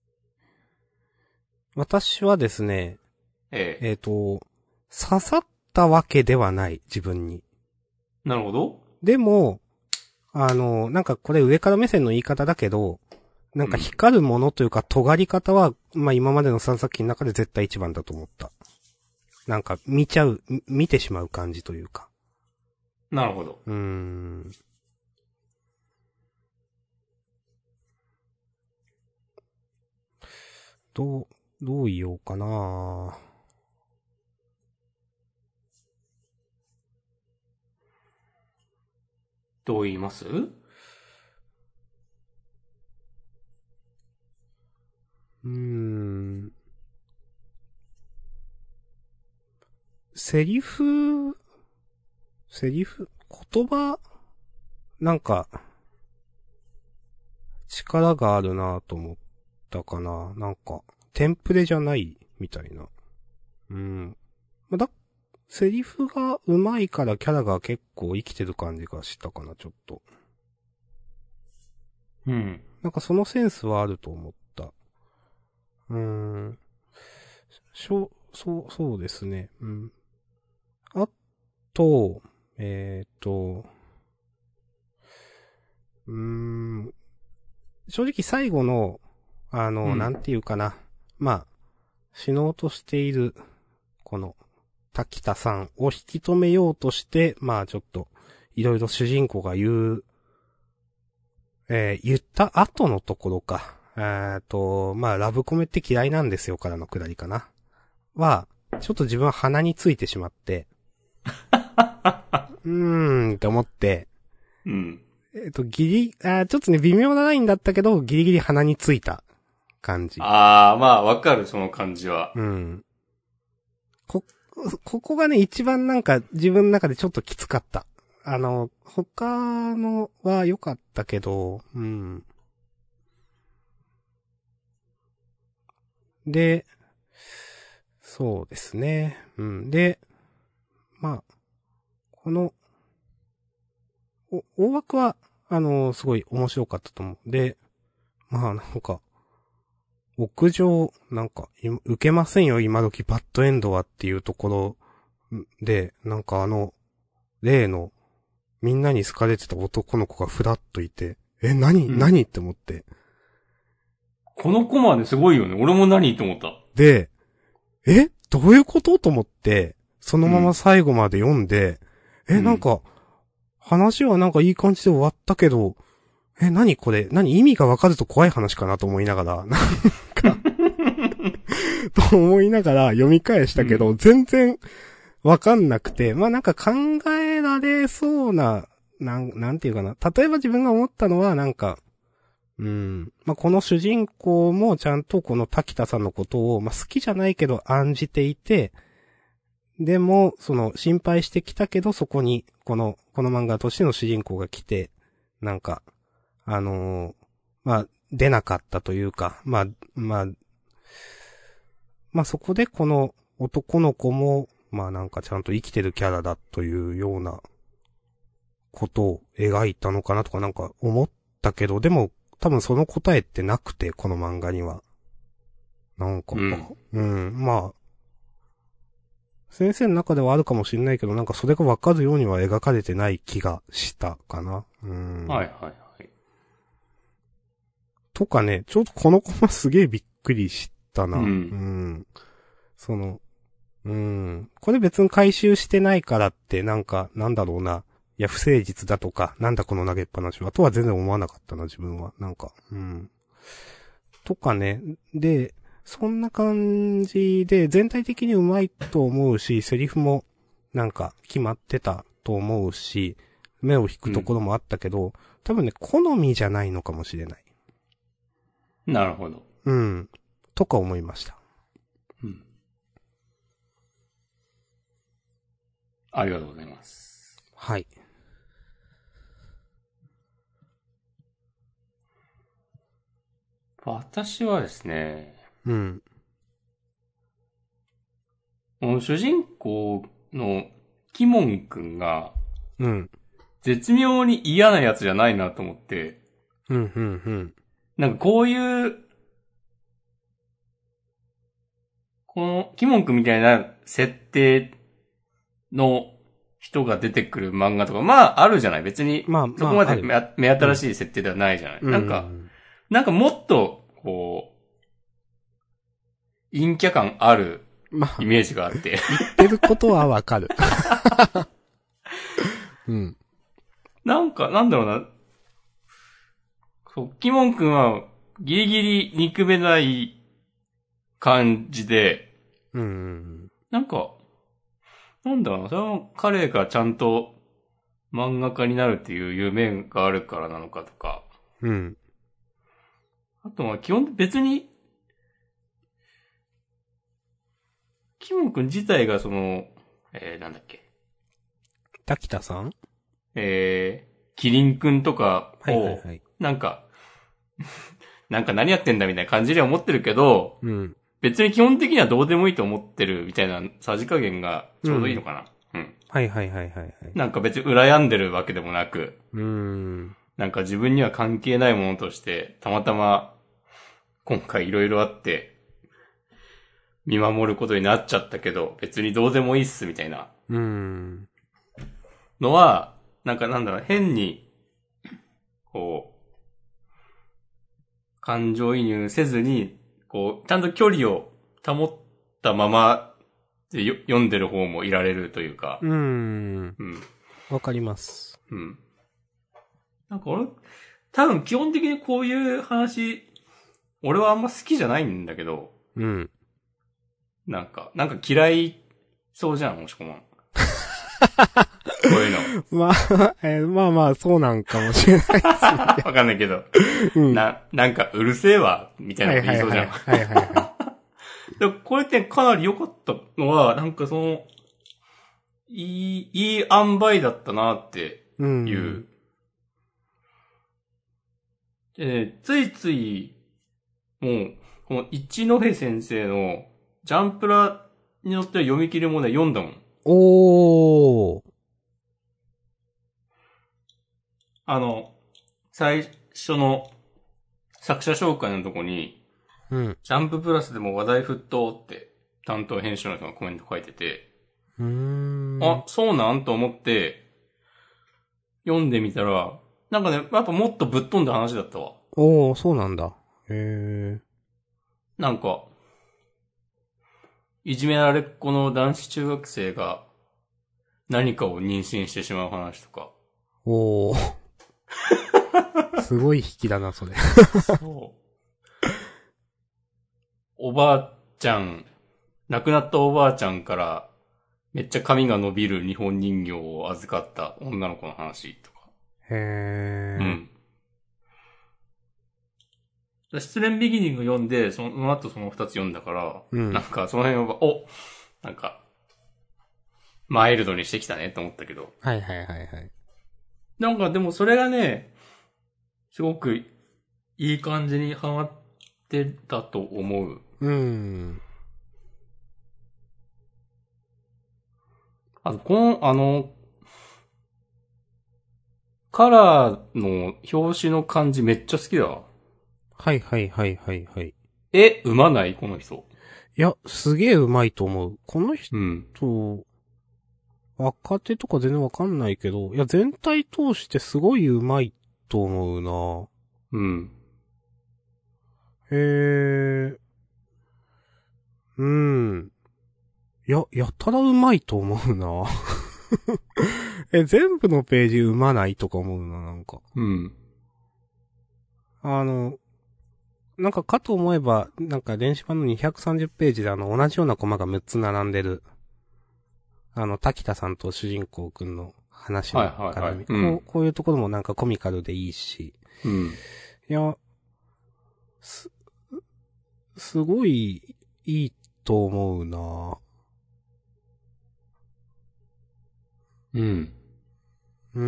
私はですね、 ええ。 えっと、刺さったわけではない、自分に。 なるほど。 でも、あの、なんかこれ上から目線の言い方だけど、なんか光るものというか尖り方は、まあ今までのさんさく品の中で絶対一番だと思った。なんか見ちゃう、見てしまう感じというか。 なるほど。 うーん。どう、どう言おうかな。 どう言います？ うーん。セリフ、セリフ、言葉、なんか、力があるなと思ったかな。なんか、テンプレじゃないみたいな。うん。まあだ、セリフが上手いからキャラが結構生きてる感じがしたかな、ちょっと。 うん。 なんかそのセンスはあると思った。うーん。しょ、そう、そうですね。うん。あと、えっと、うーん。正直最後の、あの、なんうん。 ていうかな。まあ、死のうとしている、この、滝田さんを引き止めようとして、まあちょっと、いろいろ主人公が言う、えー言った後のところか。えっと、まあラブコメって嫌いなんですよからのくだりかな。は、ちょっと自分は鼻についてしまって、うーんって思って、 うん。 えっと、ギリ、あーちょっとね、微妙なラインだったけど、ギリギリ鼻についた感じ。 ああ、まあ、わかる、その感じは。 うん。こ、ここがね、一番なんか自分の中でちょっときつかった。あの、他のは良かったけど、うん。で、そうですね。うん。で、まあ、この、お、大枠は、あの、すごい面白かったと思う。で、まあなんか、屋上、なんか、い受けませんよ、今時バッドエンドはっていうところで、なんかあの、例の、みんなに好かれてた男の子がふらっといて、え、何、 うん。 何って思って。 このコマですごいよね。俺も何と思った。 で、えどういうことと思って、そのままうん。 最後まで読んで、え、なんうん。 か、話はなんかいい感じで終わったけど、え、何これ何意味がわかると怖い話かなと思いながら、なんか、と思いながら読み返したけど、 うん。 全然わかんなくて、まあなんか考えられそうな、なん、なんていうかな。例えば自分が思ったのはなんか、うん。まあ、この主人公もちゃんとこの滝田さんのことを、まあ、好きじゃないけど案じていて、でも、その心配してきたけど、そこに、この、この漫画としての主人公が来て、なんか、あのーまあ、出なかったというか、まあ、まあ、まあそこでこの男の子も、まあなんかちゃんと生きてるキャラだというようなことを描いたのかなとかなんか思ったけど、でも多分その答えってなくて、この漫画には。なんか、 うん。 うん、まあ、先生の中ではあるかもしれないけど、なんかそれがわかるようには描かれてない気がしたかな。うん。 はいはいはい。 とかね、ちょっとこのコマすげえびっくりしたな。ううん。 ん。その、うん。これ別に回収してないからって、なんか、なんだろうな。いや、不誠実だとか、なんだこの投げっぱなしは、とは全然思わなかったな、自分は。なんか、うん。とかね。で、そんな感じで、全体的にうまいと思うし、セリフも、なんか、決まってたと思うし、目を引くところもあったけど、多分ね、好みじゃないのかもしれない。 なるほど。 うん。とか思いました。 うん。ありがとうございます。 はい。 私はですね、 うん。 この主人公のキモンくんが、 うん。 絶妙に嫌なやつじゃないなと思って、 うん、うん、うん。 なんかこういう、このキモンくんみたいな設定の人が出てくる漫画とか、まああるじゃない。別に、 まあ、 そこまあ、ある。 まで目目新しい設定ではないじゃない。 うん。 なんか、なんかもっと、こう、陰キャ感あるまあ、 イメージがあって。 言ってることはわかる。うん。 なんか、なんだろうな。そう、キモンくんは、ギリギリ憎めない感じで、 うん。 なんか、なんだろうな、それは彼がちゃんと漫画家になるっていう夢があるからなのかとか、 うん。 あとは基本別に、キモンくん自体がその、えー、なんだっけ、 滝田さんえー、キリンくんとかはいはいを、 はい。 なんか、なんか何やってんだみたいな感じでは思ってるけど、 うん。 別に基本的にはどうでもいいと思ってるみたいなさじ加減がちょうどいいのかな。うん。 はいはいはいはいはい。 なんか別に羨んでるわけでもなく、 うーん。 なんか自分には関係ないものとして、たまたま今回いろいろあって、見守ることになっちゃったけど、別にどうでもいいっすみたいなうーん。 のは、なんかなんだろう、変に、こう、感情移入せずに、こう、ちゃんと距離を保ったままでよ読んでる方もいられるというか、 うーん。 うん。 わかります。 うん。なんか俺、多分基本的にこういう話、俺はあんま好きじゃないんだけど、 うん。 なんか、なんか嫌いそうじゃん、もしこまん。こういうの。 まあ、えーまあまあ、そうなんかもしれないですね。 わかんないけど。 うん。 な、なんかうるせえわ、みたいなこと言いそうじゃん。 はいはいはい。はいはいはでもこれってかなり良かったのは、なんかその、いい、いい塩梅だったなってい。ういん。 う。で、ついつい、もう、この一戸先生のジャンプラによっては読み切りもね、読んだもん。 おー。 あの、最初の作者紹介のとこに、 うん。 ジャンププラスでも話題沸騰って担当編集の人がコメント書いてて、 うーん。 あ、そうなんと思って読んでみたら、なんかね、やっぱもっとぶっ飛んだ話だったわ。 おー、そうなんだ。へー。 なんか、いじめられっ子の男子中学生が何かを妊娠してしまう話とか。 おー。すごい引きだな、それ。 そう。おばあちゃん、亡くなったおばあちゃんからめっちゃ髪が伸びる日本人形を預かった女の子の話とか。 へー。 うん。失恋ビギニング読んで、その後その二つ読んだから、 うん。 なんかその辺は、おなんか、マイルドにしてきたねと思ったけど。 はいはいはいはい。 なんかでもそれがね、すごくいい感じにハマってたと思う。 うーん。 あと、この、あの、カラーの表紙の感じめっちゃ好きだわ。 はいはいはいはいはい。 え、読まないこの人。 いや、すげえうまいと思う。この人、 うん。 若手とか全然わかんないけど、いや、全体通してすごいうまいと思うな。 うん。 へえ。うん。いや、やたらうまいと思うな。え、全部のページうまないとか思うな、なんか。 うん。 あの、なんかかと思えば、なんか電子版のにひゃくさんじゅうページであの、同じようなコマがむっつ並んでる。あの、滝田さんと主人公くんの話のはいはいはい絡み。 うんこう、こういうところもなんかコミカルでいいし。 うん。 いや、す、すごいいいと思うな。 うん。 うん。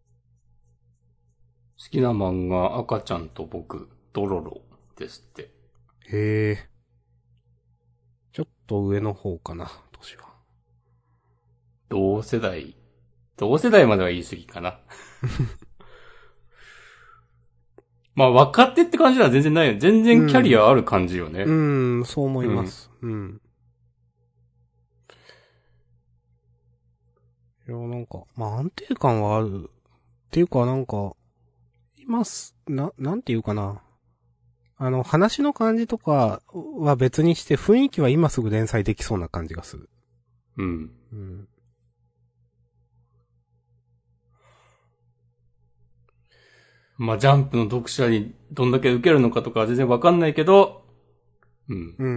好きな漫画、赤ちゃんと僕、ドロロですって。 へえ。ちょっと上の方かな、年は。 同世代。同世代までは言い過ぎかな。まあ若手って感じでは全然ないよ。全然キャリアある感じよね。 うん、うん、そう思います。うん。うん、いや、なんか、まあ安定感はある。っていうかなんか、今す、な、なんていうかな。あの、話の感じとかは別にして雰囲気は今すぐ連載できそうな感じがする。 うん。 うん。 まあジャンプの読者にどんだけ受けるのかとかは全然わかんないけど、うん。 うん。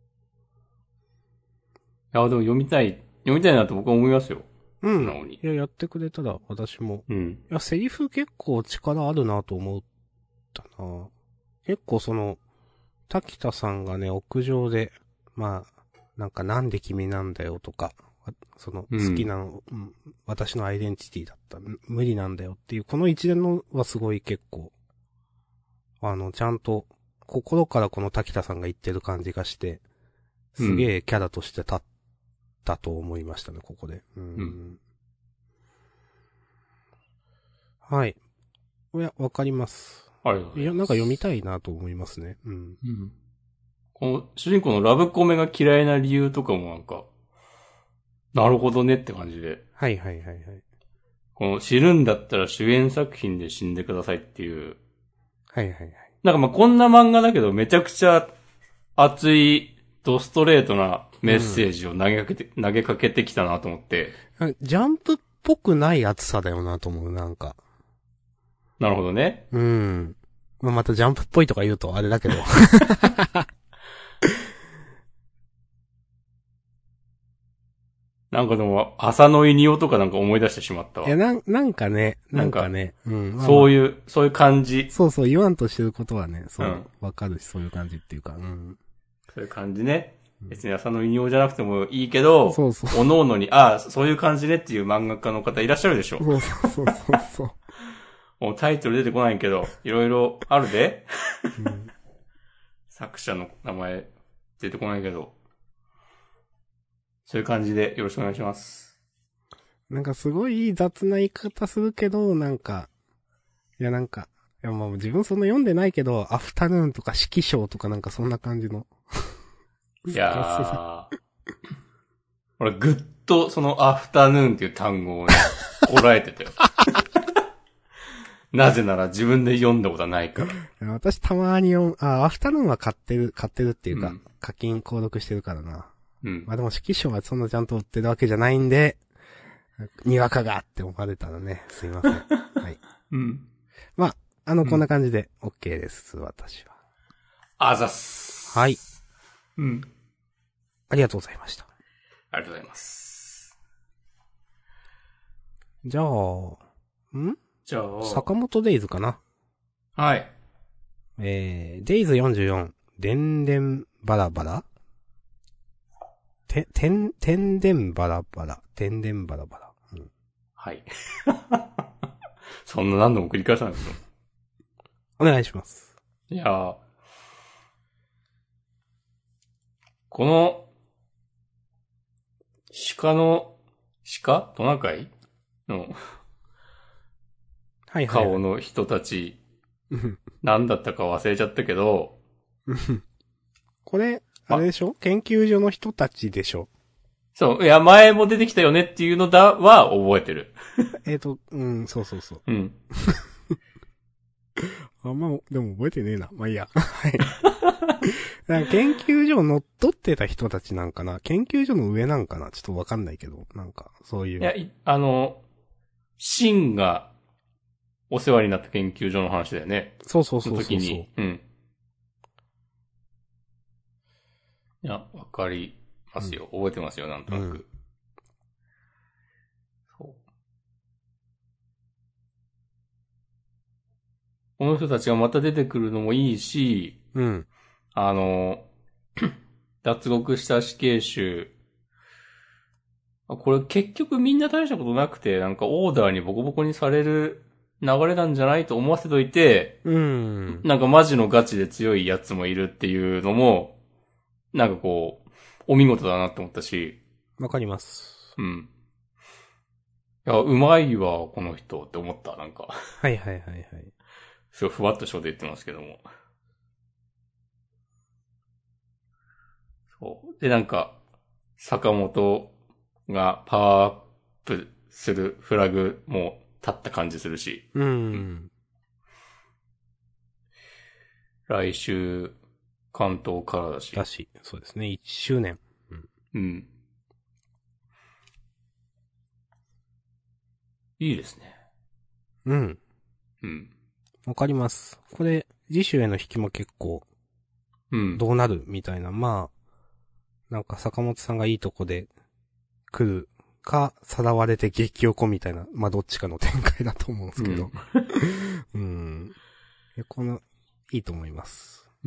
いや、でも読みたい、読みたいなと僕は思いますよ。 うん。 素直に。 いや、やってくれたら私も。 うん。 いや、セリフ結構力あるなと思ったな。結構その、滝田さんがね、屋上で、まあ、なんかなんで君なんだよとか、その、好きなの、うん、私のアイデンティティだった、無理なんだよっていう、この一連のはすごい結構、あの、ちゃんと、心からこの滝田さんが言ってる感じがして、すげえキャラとして立ったと思いましたね、ここで。うん。うん、はい。いや、わかります。 ありがとうございます。 いや、なんか読みたいなと思いますね。うん。うん。 この主人公のラブコメが嫌いな理由とかもなんか、なるほどねって感じで。 はいはいはいはい。 この死ぬんだったら主演作品で死んでくださいっていう。 はいはいはい。 なんかまあこんな漫画だけどめちゃくちゃ熱いドストレートなメッセージを投げかけて、うん、投げかけてきたなと思って。 ジャンプっぽくない熱さだよなと思う、なんか。 なるほどね。 うん。まあ、またジャンプっぽいとか言うとあれだけど。 なんかでも、浅野稲夫とかなんか思い出してしまったわ。 いや、なん、なんかね、なんかね、うん。 まあ、そういう、そういう感じ。 そうそう、言わんとしてることはね、そう、わ、うん、かるし、そういう感じっていうか、うん。 そういう感じね。別に浅野稲夫じゃなくてもいいけど、 そうそう。 おのおのに、ああ、そういう感じねっていう漫画家の方いらっしゃるでしょ。 そうそうそうそうそう。 もうタイトル出てこないけど、いろいろあるで。うん、作者の名前出てこないけど。そういう感じでよろしくお願いします。 なんかすごい雑な言い方するけど、なんか、いやなんか、いやもう自分そんな読んでないけど、アフタヌーンとか色章とかなんかそんな感じの。 いやー。俺ぐっとそのアフタヌーンっていう単語をね、こらえてたよ。なぜなら自分で読んだことはないから。 私たまに読む、あ、アフタヌーンは買ってる、買ってるっていうか、うん、課金購読してるからな。うん。まあでも色章はそんなちゃんと売ってるわけじゃないんで、にわかがって思われたらね、すいません。はい。うん。まあ、あの、こんな感じで OK です、うん、私は。 あざっす。 はい。 うん。 ありがとうございました。 ありがとうございます。 じゃあ、んじゃあ、 坂本デイズかな。 はい。 えー、デイズよんじゅうよん、でんでんバラバラて、てん、てんでんばらばら。てんでんばらばら。うん、 はい。そんな何度も繰り返さないですよ。 お願いします。 いやー。この、鹿の、鹿トナカイの、はいはい、顔の人たち、何だったか忘れちゃったけど、 これ、あれでしょ？研究所の人たちでしょ？ そう。いや、前も出てきたよねっていうのだは覚えてる。 えっと、うん、そうそうそう。 うん。 あんま、でも覚えてねえな。まあいいや。はい。なんか研究所を乗っ取ってた人たちなんかな？研究所の上なんかな？ちょっとわかんないけど、なんか、そういう。 いや、あの、シンがお世話になった研究所の話だよね。 そうそうそうそうそう。 の時に。うん。いや、わかりますよ。うん、覚えてますよ、なんとなく。うん、そう。この人たちがまた出てくるのもいいし、 うん。 あの、脱獄した死刑囚。これ結局みんな大したことなくて、なんかオーダーにボコボコにされる流れなんじゃないと思わせといて、 うん。 なんかマジのガチで強いやつもいるっていうのも、なんかこう、お見事だなって思ったし。 わかります。 うん。いや、うまいわ、この人って思った、なんか。 はいはいはいはい。 すごいふわっとしょで言ってますけども。そう。で、なんか、坂本がパワーアップするフラグも立った感じするし。 うん。ううん、来週、関東からだし。 だし、そうですね、いっしゅうねん。 うん。うん。いいですね。 うん。 うん。 わかります。これ、次週への引きも結構、 うん。 どうなるみたいな、まあ、なんか坂本さんがいいとこで来るか、さらわれて激横みたいな、まあどっちかの展開だと思うんですけど。うん。うんいやこの、いいと思います。 うん。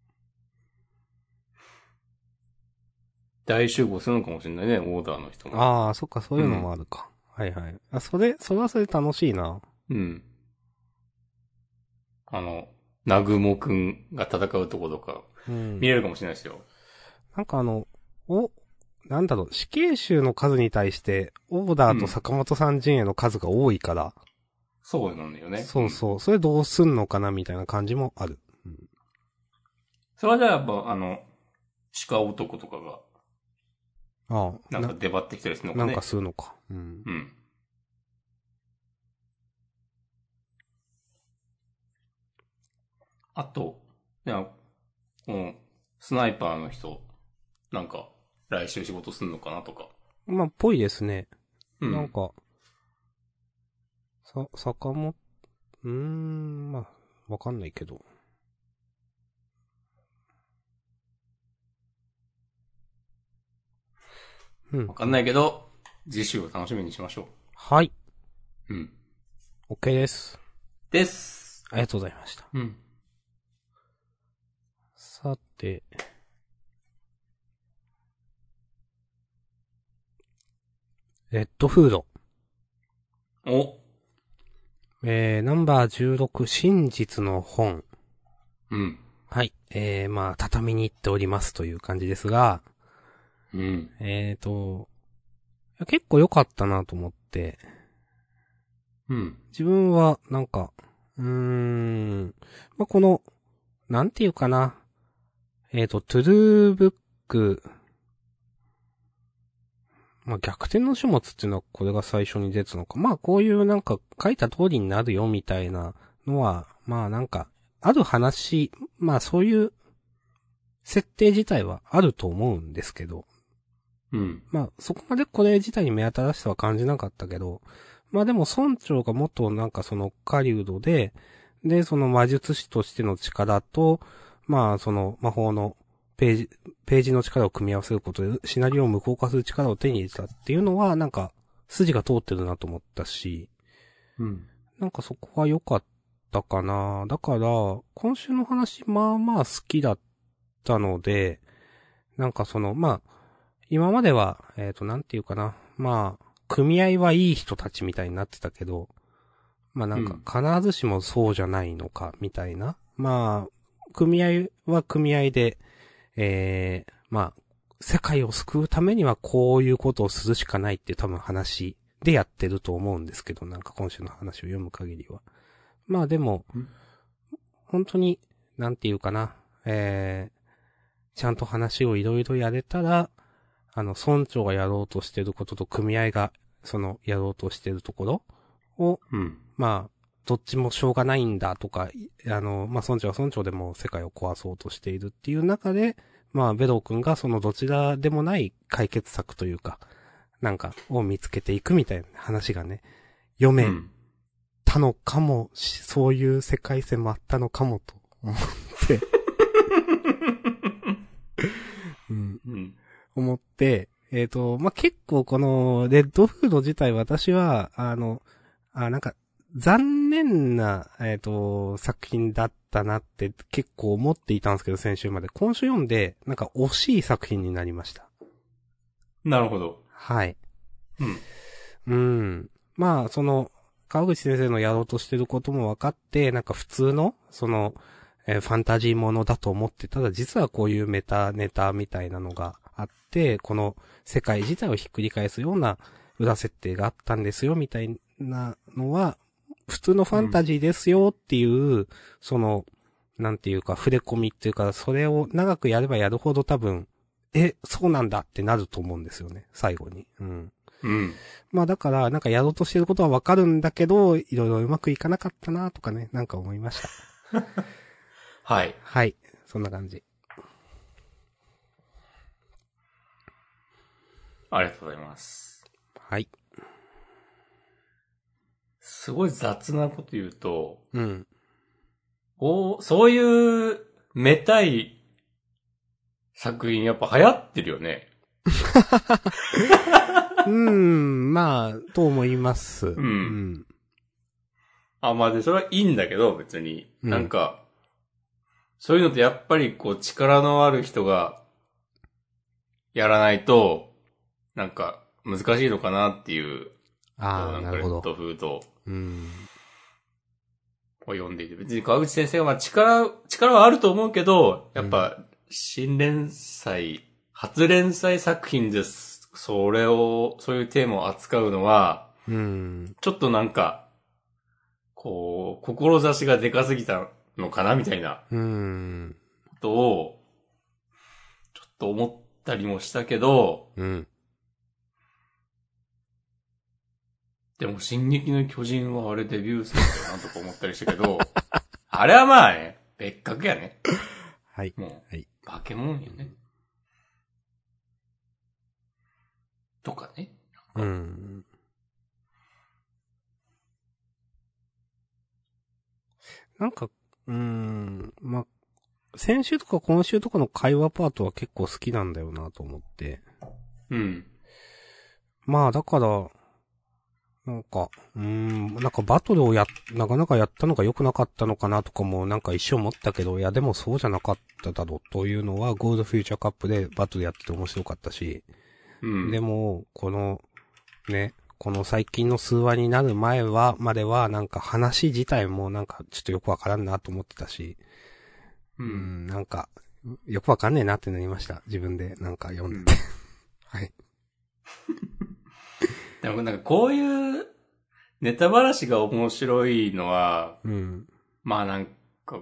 大集合するのかもしれないね、オーダーの人も。 ああ、そっか、そういうのもあるか。うん、はいはい。あ、それ、それはそれ楽しいな。 うん。あの、ナグモくんが戦うとことか、 うん。 見れるかもしれないですよ。 なんかあの、お、なんだろう、死刑囚の数に対して、オーダーと坂本さん陣営の数が多いから、 そうなんだよね。 そうそう、うん、それどうすんのかなみたいな感じもある。うん、 それはじゃあやっぱ、あの、鹿男とかが、 ああ、 なんか出張ってきたりするのかね。 なんかするのか。うん。 うん。あと、いや、この、スナイパーの人、なんか、来週仕事すんのかなとか。 まあ、ぽいですね。 うん。 なんか、さ、坂本、うーん、まあ、わかんないけど。うん。 わかんないけど、次週を楽しみにしましょう。 はい。 うん。 OK です。 です。 ありがとうございました。 うん。 さて、レッドフード。 お。 えー、ナンバーじゅうろく、真実の本。 うん。 はい。えー、まあ、畳に行っておりますという感じですが、 うん。 えーと、結構良かったなと思って、 うん。 自分は、なんか、うーん、まあ、この、なんていうかな、えーと、トゥルーブック、まあ、逆転の書物っていうのはこれが最初に出たのか。まあ、こういうなんか書いた通りになるよみたいなのは、まあなんか、ある話、まあそういう設定自体はあると思うんですけど、 うん。 まあそこまでこれ自体に目新しさは感じなかったけど、まあでも村長がもっとなんかその狩人で、で、その魔術師としての力と、まあその魔法のページ、ページの力を組み合わせることでシナリオを無効化する力を手に入れたっていうのはなんか筋が通ってるなと思ったし、 うん。 なんかそこは良かったかな。だから、今週の話まあまあ好きだったので、なんかその、まあ、今までは、えっと、なんていうかな。まあ、組合はいい人たちみたいになってたけど、まあなんか必ずしもそうじゃないのか、みたいな。まあ、組合は組合で、えー、まあ、世界を救うためにはこういうことをするしかないっていう多分話でやってると思うんですけど、なんか今週の話を読む限りは。まあでも、本当に、なんていうかな、えー、ちゃんと話をいろいろやれたら、あの、村長がやろうとしてることと組合が、その、やろうとしてるところを、 うん。 まあ、どっちもしょうがないんだとか、あの、まあ、村長は村長でも世界を壊そうとしているっていう中で、まあ、ベロー君がそのどちらでもない解決策というか、なんか、を見つけていくみたいな話がね、読めたのかもし、そういう世界線もあったのかもと思って、うん、うん、思って、えっと、まあ、結構この、レッドフード自体私は、あの、あ、なんか、残念な、えっと、作品だったなって結構思っていたんですけど、先週まで。今週読んで、なんか惜しい作品になりました。 なるほど。 はい。 うん。 うん。まあ、その、 川口先生のやろうとしてることも分かって、なんか普通の、その、えー、ファンタジーものだと思って、ただ実はこういうメタネタみたいなのがあって、この世界自体をひっくり返すような裏設定があったんですよ、みたいなのは、普通のファンタジーですよっていう、うん、その、なんていうか、触れ込みっていうか、それを長くやればやるほど多分、え、そうなんだってなると思うんですよね、最後に。うん。 うん。 まあだから、なんかやろうとしてることはわかるんだけど、いろいろうまくいかなかったなとかね、なんか思いました。 はい。 はい。そんな感じ。 ありがとうございます。 はい。 すごい雑なこと言うと、 うん。 おそういうめたい作品やっぱ流行ってるよね。 うーん、まあ、と思います。 うん。うん、あ、まあで、それはいいんだけど、別に。うん、なんか、そういうのってやっぱりこう力のある人がやらないと、なんか難しいのかなっていう。 ああ、なるほど。 レッドフード。 うん。 を読んでいて。別に川口先生がまあ力、力はあると思うけど、やっぱ、新連載、初連載作品です。それを、そういうテーマを扱うのは、 うん。 ちょっとなんか、こう、志がでかすぎたのかなみたいな、 うん。 ことを、ちょっと思ったりもしたけど、 うん。 でも、進撃の巨人はあれデビュー戦だよなとか思ったりしたけど、あれはまあね、別格やね。 はい。 もう、 はい。 化け物よね。とかね。 うん。なんか、うーん、まあ、先週とか今週とかの会話パートは結構好きなんだよなと思って。 うん。 まあ、だから、なんか、うーん、なんかバトルをや、なかなかやったのが良くなかったのかなとかもなんか一瞬思ったけど、いやでもそうじゃなかっただろうというのはゴールドフューチャーカップでバトルやってて面白かったし、 うん、 でも、この、ね、この最近の数話になる前は、まではなんか話自体もなんかちょっとよくわからんなと思ってたし、 うん、 うんなんか、よくわかんねえなってなりました。自分でなんか読んでて。うん、はい。 でもなんかこういうネタばらしが面白いのは、 うん、 まあなんか、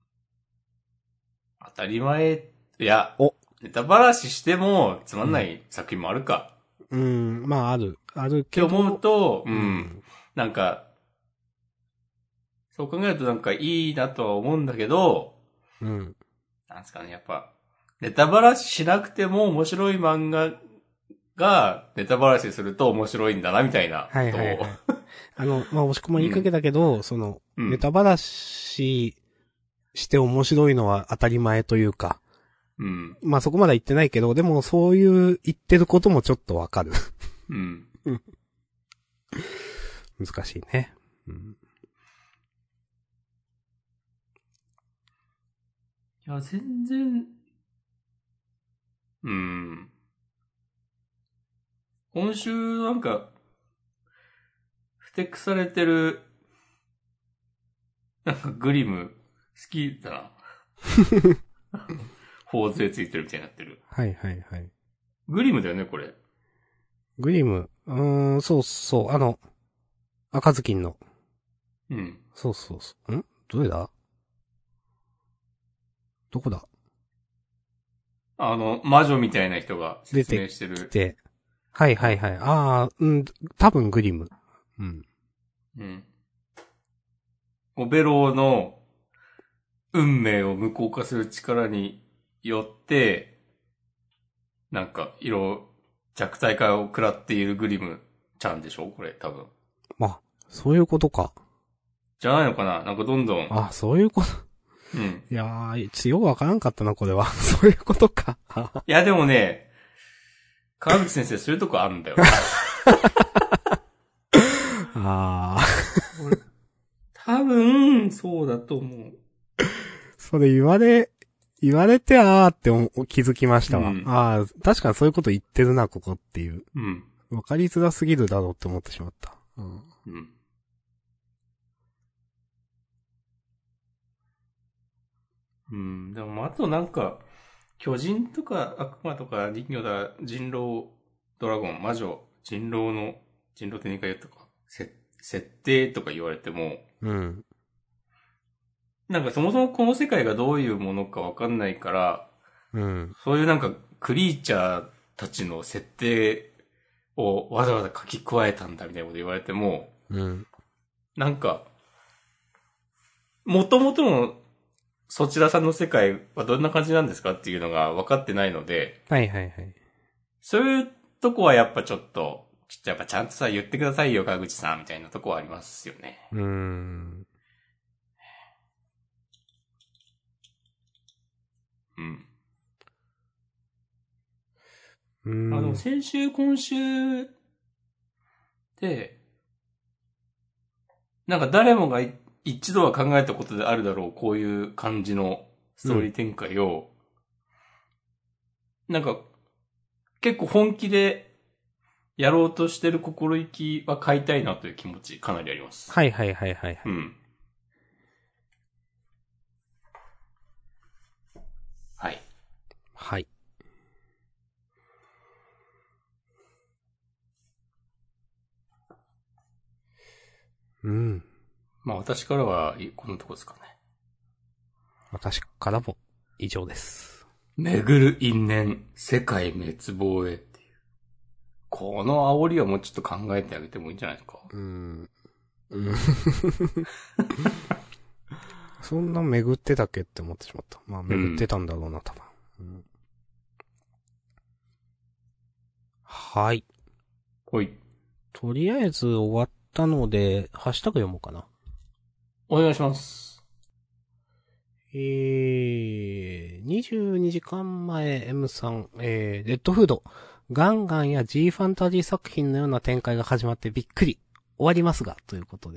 当たり前、いや、 おネタばらししてもつまんない作品もあるか。 うん、うん、まあある。あるけど。 って思うと、うん、うん、なんか、そう考えるとなんかいいなとは思うんだけど、 うん。 なんですかね、やっぱ、ネタばらししなくても面白い漫画がネタばらしすると面白いんだな、みたいなことを。 はいはいはい。あの、まあ、押し込ま言いかけだけど、うん、その、うん、ネタばらしして面白いのは当たり前というか、 うん。 まあ、そこまで言ってないけど、でもそういう言ってることもちょっとわかる。 うん。 難しいね。うん。 いや、全然、うん。今週なんか、ふてくされてる、なんかグリム、好きだな。頬杖ついてるみたいになってる。 はいはいはい。 グリムだよね、これ。 グリム、うーん、そうそう、あの、赤ずきんの。 うん。 そうそうそう。んどれだどこだあの、魔女みたいな人が説明してる。 出てきて。はいはいはい。ああ、うん、多分グリム。うん。 うん。オベローの運命を無効化する力によって、なんか、色、弱体化を食らっているグリムちゃんでしょこれ、多分。 あ、そういうことか。 じゃないのかななんかどんどん。 あ、そういうこと。 うん。 いやー、ちょっとよくわからんかったな、これは。そういうことか。 いや、でもね、川口先生そういうとこあるんだよ。 あー。多分、そうだと思う。 それ言われ、言われてあーって気づきましたわ。うん、ああ、確かにそういうこと言ってるな、ここっていう。 うん。 わかりづらすぎるだろうって思ってしまった。うん。 うん。 うん。でも、あとなんか、巨人とか悪魔とか人魚だ、人狼、ドラゴン、魔女、人狼の、人狼ってにかい言ったか、せ、設定とか言われても、 うん。 なんかそもそもこの世界がどういうものかわかんないから、 うん。 そういうなんかクリーチャーたちの設定をわざわざ書き加えたんだみたいなこと言われても、 うん。 なんか、元々のそちらさんの世界はどんな感じなんですかっていうのが分かってないので、 はいはいはい。 そういうとこはやっぱちょっと、ちょっとやっぱちゃんとさ言ってくださいよ、川口さんみたいなとこはありますよね。 うーん。 うん。 うーん。 あの、先週、今週で、なんか誰もが一度は考えたことであるだろう、こういう感じのストーリー展開を、うん、なんか、結構本気でやろうとしてる心意気は買いたいなという気持ちかなりあります。 はいはいはいはい、はい。 うん。はい。 はい。うん。 まあ私からはこのとこですかね。 私からも以上です。 巡る因縁、世界滅亡へっていう。この煽りはもうちょっと考えてあげてもいいんじゃないですか。 うん。うん。そんな巡ってたっけって思ってしまった。まあ巡ってたんだろうな、多分。うん、はい。 ほい。とりあえず終わったので、ハッシュタグ読もうかな。 お願いします。 えー、にじゅうにじかんまえ M さん、えー、レッドフード。ガンガンや G ファンタジー作品のような展開が始まってびっくり。終わりますが、ということで。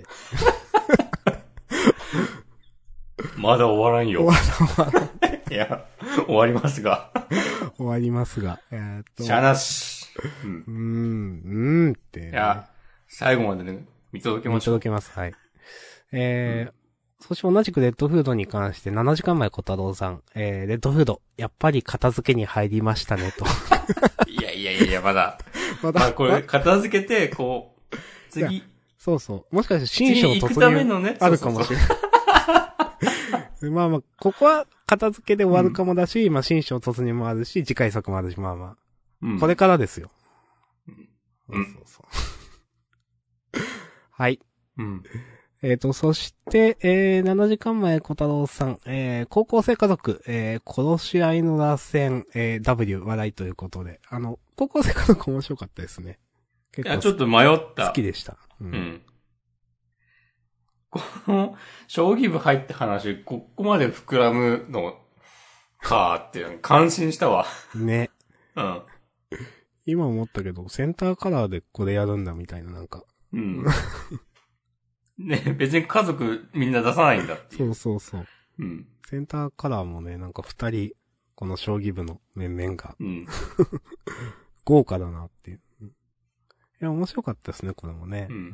まだ終わらんよ。 終わらん。 いや、終わりますが。 終わりますが。えー、っと。 しゃなし。 うん。うーん、うーんって、ね。 いや、最後までね、見届けましょう。 見届けます、はい。えー、うん、そして同じくレッドフードに関してななじかんまえ小太郎さん、えー、レッドフード、やっぱり片付けに入りましたね、と。 いやいやいやいや、まだ。 まだ。 まあ、これ、片付けて、こう、次。 そうそう。もしかして新章突入あるかもしれない。まあまあ、ここは片付けで終わるかもだし、うん、まあ新章突入もあるし、次回作もあるし、まあまあ。うん、これからですよ。うん。そうそうそう。はい。 うん。 えっと、そして、えー、ななじかんまえ小太郎さん、えー、高校生家族、えー、殺し合いの螺旋、えー、W、笑いということで、あの、高校生家族面白かったですね。 結構。いや、ちょっと迷った。 好きでした。 うん。うん、この、将棋部入った話、ここまで膨らむのかーっていうの感心したわ。 ね。 うん。 今思ったけど、センターカラーでこれやるんだみたいな、なんか。 うん。ね、別に家族みんな出さないんだっていう。 そうそうそう。うん。センターカラーもね、なんか二人、この将棋部の面々が。うん。豪華だなっていう。いや、面白かったですね、これもね。うん。うん、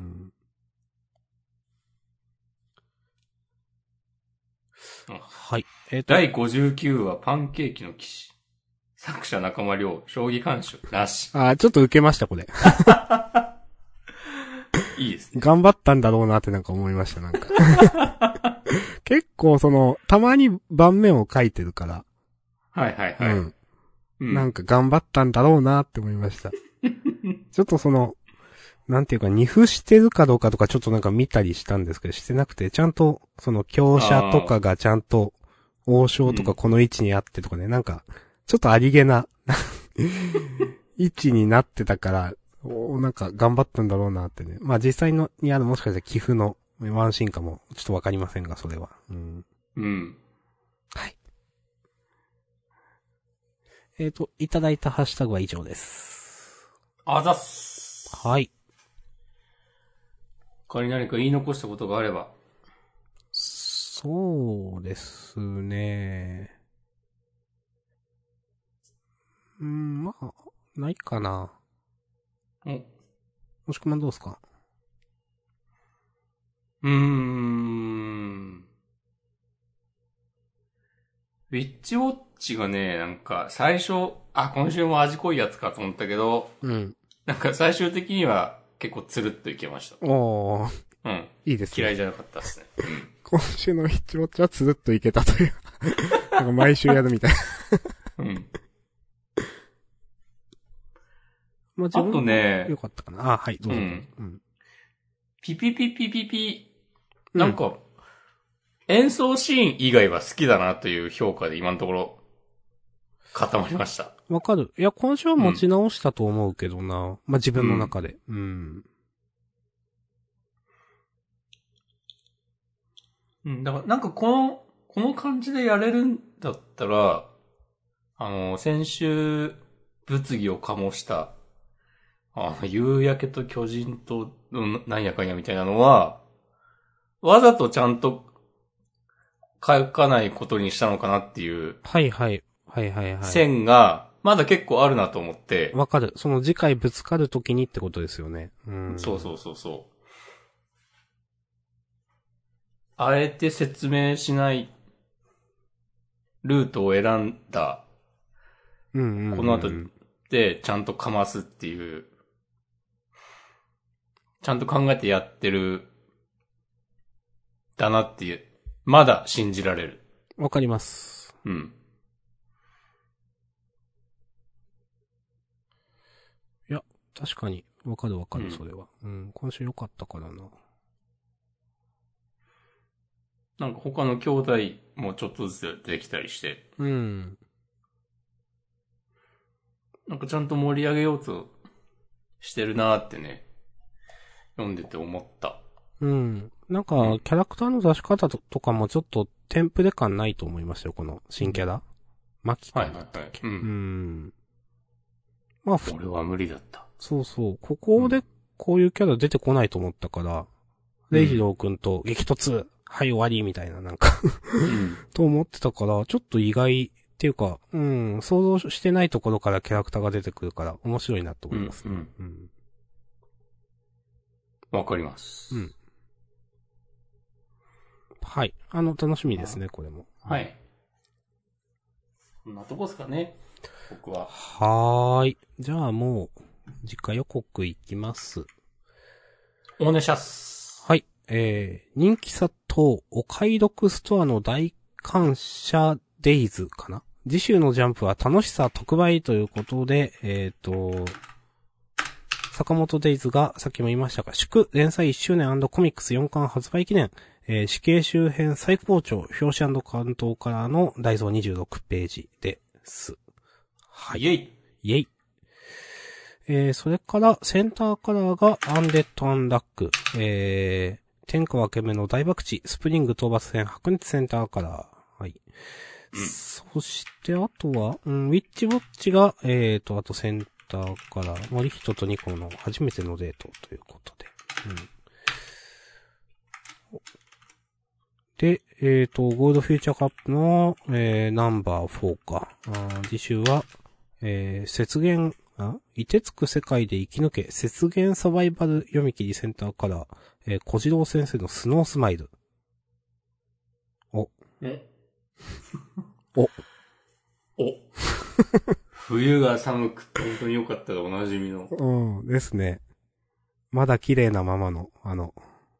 はい。 えっと。だいごじゅうきゅうわ、パンケーキの騎士。作者中間亮、将棋監修、なし。 ああ、ちょっと受けました、これ。 いいですね。 頑張ったんだろうなってなんか思いました、なんか。結構その、たまに盤面を書いてるから。 はいはいはい。うん。 うん、なんか頑張ったんだろうなって思いました。ちょっとその、なんていうか、二歩してるかどうかとかちょっとなんか見たりしたんですけど、してなくて、ちゃんと、その強者とかがちゃんと、王将とかこの位置にあってとかね、うん、なんか、ちょっとありげな、位置になってたから、おなんか頑張ったんだろうなってね。まあ実際のにあるもしかしたら寄付のワンシーンかもちょっとわかりませんが、それは。うん。 うん。 はい。えっと、いただいたハッシュタグは以上です。 あざっす。 はい。 他に何か言い残したことがあれば。 そうですね。うん、まあ、ないかな。 お。 もしくまんどうですか？ うーん。 ウィッチウォッチがね、なんか最初、あ、今週も味濃いやつかと思ったけど、 うん。 なんか最終的には結構つるっといけました。 おー。 うん。 いいですね。 嫌いじゃなかったですね。 今週のウィッチウォッチはつるっといけたという。なんか毎週やるみたいな。 うん。 まあ、 あとね、 よかったかな。あ、はい、どうぞ。 うん。 うん、 ピピピピピピ、なんか、演奏シーン以外は好きだなという評価で今のところ固まりました。 わかる。いや、今週は持ち直したと思うけどな。うん、まあ、自分の中で。うん。 うん、だからなんかこの、この感じでやれるんだったら、あの、先週、物議を醸した、あの、夕焼けと巨人と、なんやかんやみたいなのは、わざとちゃんと書かないことにしたのかなっていう。 はいはい。はいはいはい。 線が、まだ結構あるなと思って。 わかる。その次回ぶつかるときにってことですよね。うん。 そうそうそうそう。あえて説明しないルートを選んだ。 うんうんうんうん、 この後でちゃんとかますっていう。ちゃんと考えてやってる。だなっていう。まだ信じられる。 わかります。 うん。 いや、確かに。わかるわかる、それは。うん、今週良かったからな。 なんか他の兄弟もちょっとずつ出てきたりして。 うん。 なんかちゃんと盛り上げようとしてるなーってね。読んでて思った。 うん。なんか、キャラクターの出し方とかもちょっとテンプレ感ないと思いましたよ、この新キャラ。うん、マキか。はいはいはい。うん。うん。 まあ、俺は無理だった。 そうそう。ここでこういうキャラ出てこないと思ったから、うん、レイジロー君と激突、はい終わりみたいななんかうん、と思ってたから、ちょっと意外っていうか、うん、想像してないところからキャラクターが出てくるから面白いなと思います、ね。うん、うん。 わかります。うん。 はい。あの、楽しみですね、これも。 はい。こんなとこですかね、僕は。 はーい。じゃあもう、次回予告いきます。 お願いします。 はい。えー、人気殺到、お買い得ストアの大感謝デイズかな？次週のジャンプは楽しさ特売ということで、えっと、坂本デイズがさっきも言いましたが、祝連載いっしゅうねん&コミックスよんかん発売記念、えー、死刑周辺最高潮、表紙&関東からのダイソーにじゅうろくページです。はい。 イェイイェイ。えー、それからセンターカラーがアンデッド・アンラック、えー、天下分け目の大爆地、スプリング討伐戦白熱センターカラー。はい。うん、そして、あとは、うん、ウィッチウォッチが、えーと、あとセンターカラー、森人とニコの初めてのデートということで。うん、で、えーと、ゴールドフューチャーカップの、えー、ナンバーフォーか。あ次週は、えー、雪原、あ凍てつく世界で生き抜け、雪原サバイバル読み切りセンターから、えー、小次郎先生のスノースマイル。お。 えお。 お。冬が寒くて本当に良かったがおなじみの。 うん、ですね。まだ綺麗なままの、あの。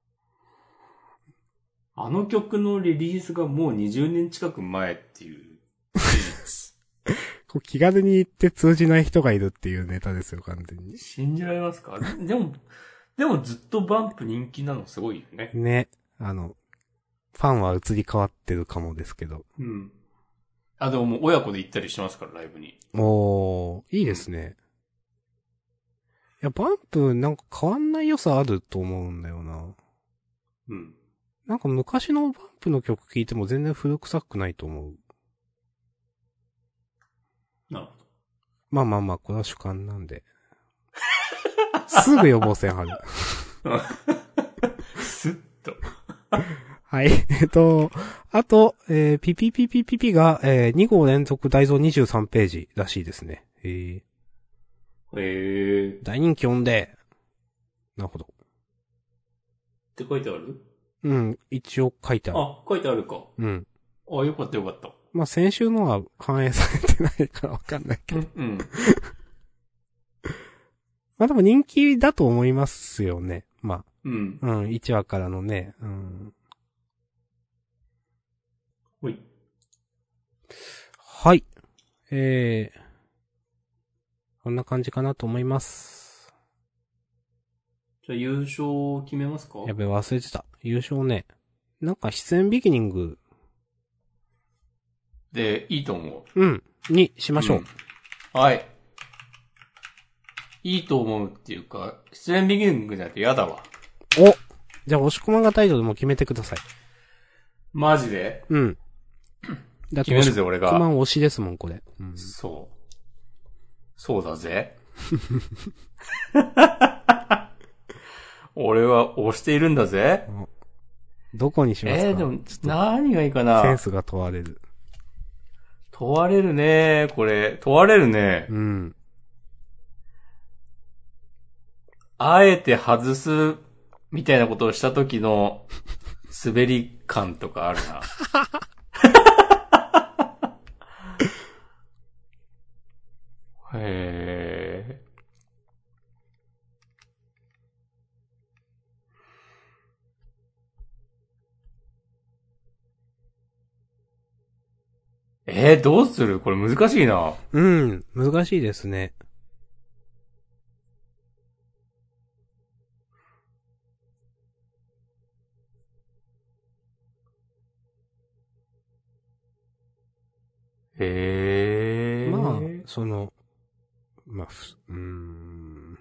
あの曲のリリースがもうにじゅうねん近く前っていう事実。 こう気軽に言って通じない人がいるっていうネタですよ、完全に。 信じられますか？でも、でもずっとバンプ人気なのすごいよね。 ね。あの、ファンは移り変わってるかもですけど。 うん。あ、でももう親子で行ったりしますから、ライブに。 おー、いいですね。うん、いや、バンプなんか変わんない良さあると思うんだよな。 うん。 なんか昔のバンプの曲聴いても全然古臭くないと思う。 なるほど。 まあまあまあ、これは主観なんで。すぐ予防線張る。 スッと。 はい。えっと、あと、えー、ピピピピピピが、えー、に号連続大蔵にじゅうさんページらしいですね。へー。 へー。 大人気音で。なるほど。 って書いてある？ うん、一応書いてある。 あ、書いてあるか。 うん。 あ、よかったよかった。 まあ、先週のは反映されてないからわかんないけど。 うん。 まあでも人気だと思いますよね。まあ。 うん。 うん、いちわからのね。うん。 ほい。 はい。えー。こんな感じかなと思います。 じゃあ優勝決めますか？ やべ、忘れてた。優勝ね。なんか出演ビギニング。 で、いいと思う。うん。にしましょう。うん、 はい。いいと思うっていうか、出演ビギニングじゃなくて嫌だわ。 お！じゃあ、押し込まんがタイトルも決めてください。 マジで？ うん。だって、 決めるぜ、俺が。 押し込まん推しですもん、これ。うん、 そう。そうだぜ。俺は推しているんだぜ。 どこにしますか？ えー、でも、何がいいかな？ センスが問われる。 問われるね、これ。問われるね。 うん。 あえて外す、みたいなことをした時の、滑り感とかあるな。へー。えー、どうする？これ難しいな。 うん、難しいですね。 へー。 まあ、その、まあ、ふ、うーん。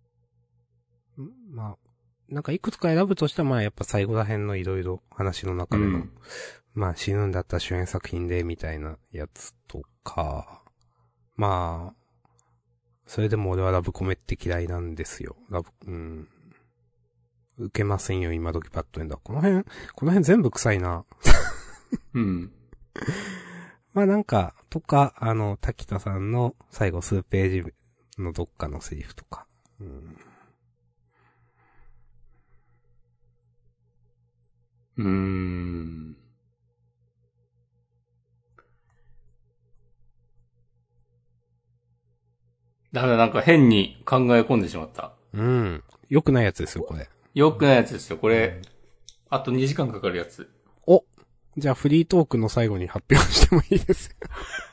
まあ、なんかいくつか選ぶとしたらまあやっぱ最後ら辺のいろいろ話の中での、うん、まあ死ぬんだったら主演作品でみたいなやつとか、まあ、それでも俺はラブコメって嫌いなんですよ。ラブ、うん。受けませんよ、今時バッドエンド。この辺、この辺全部臭いな。 うん。 まあなんか、とか、あの、滝田さんの最後数ページのどっかのセリフとか。うん。 うーん。ダメだ、なんか変に考え込んでしまった。 うん。良くないやつですよ、これ。 良くないやつですよ、これ。うん、あとにじかんかかるやつ。 お！じゃあフリートークの最後に発表してもいいですよ。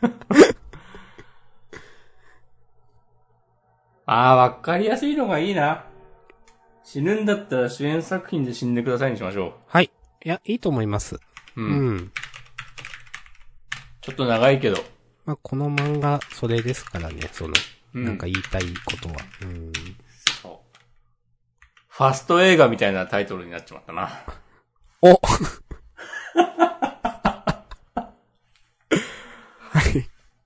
あー、わかりやすいのがいいな。死ぬんだったら主演作品で死んでくださいにしましょう。 はい。いや、いいと思います。うん。うん、 ちょっと長いけど。 まあ、この漫画、それですからね、その、うん、なんか言いたいことは。うん。 そう。ファスト映画みたいなタイトルになっちまったな。 おはい。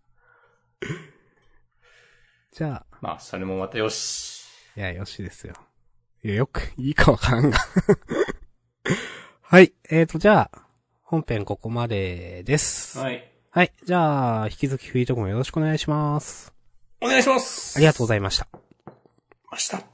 じゃあ。 まあ、それもまたよし。 いや、よしですよ。いや、よく、いいかわからんが。はい。えーと、じゃあ、本編ここまでです。 はい。 はい。じゃあ、引き続きフリートークもよろしくお願いします。 お願いします。 ありがとうございました。 ました。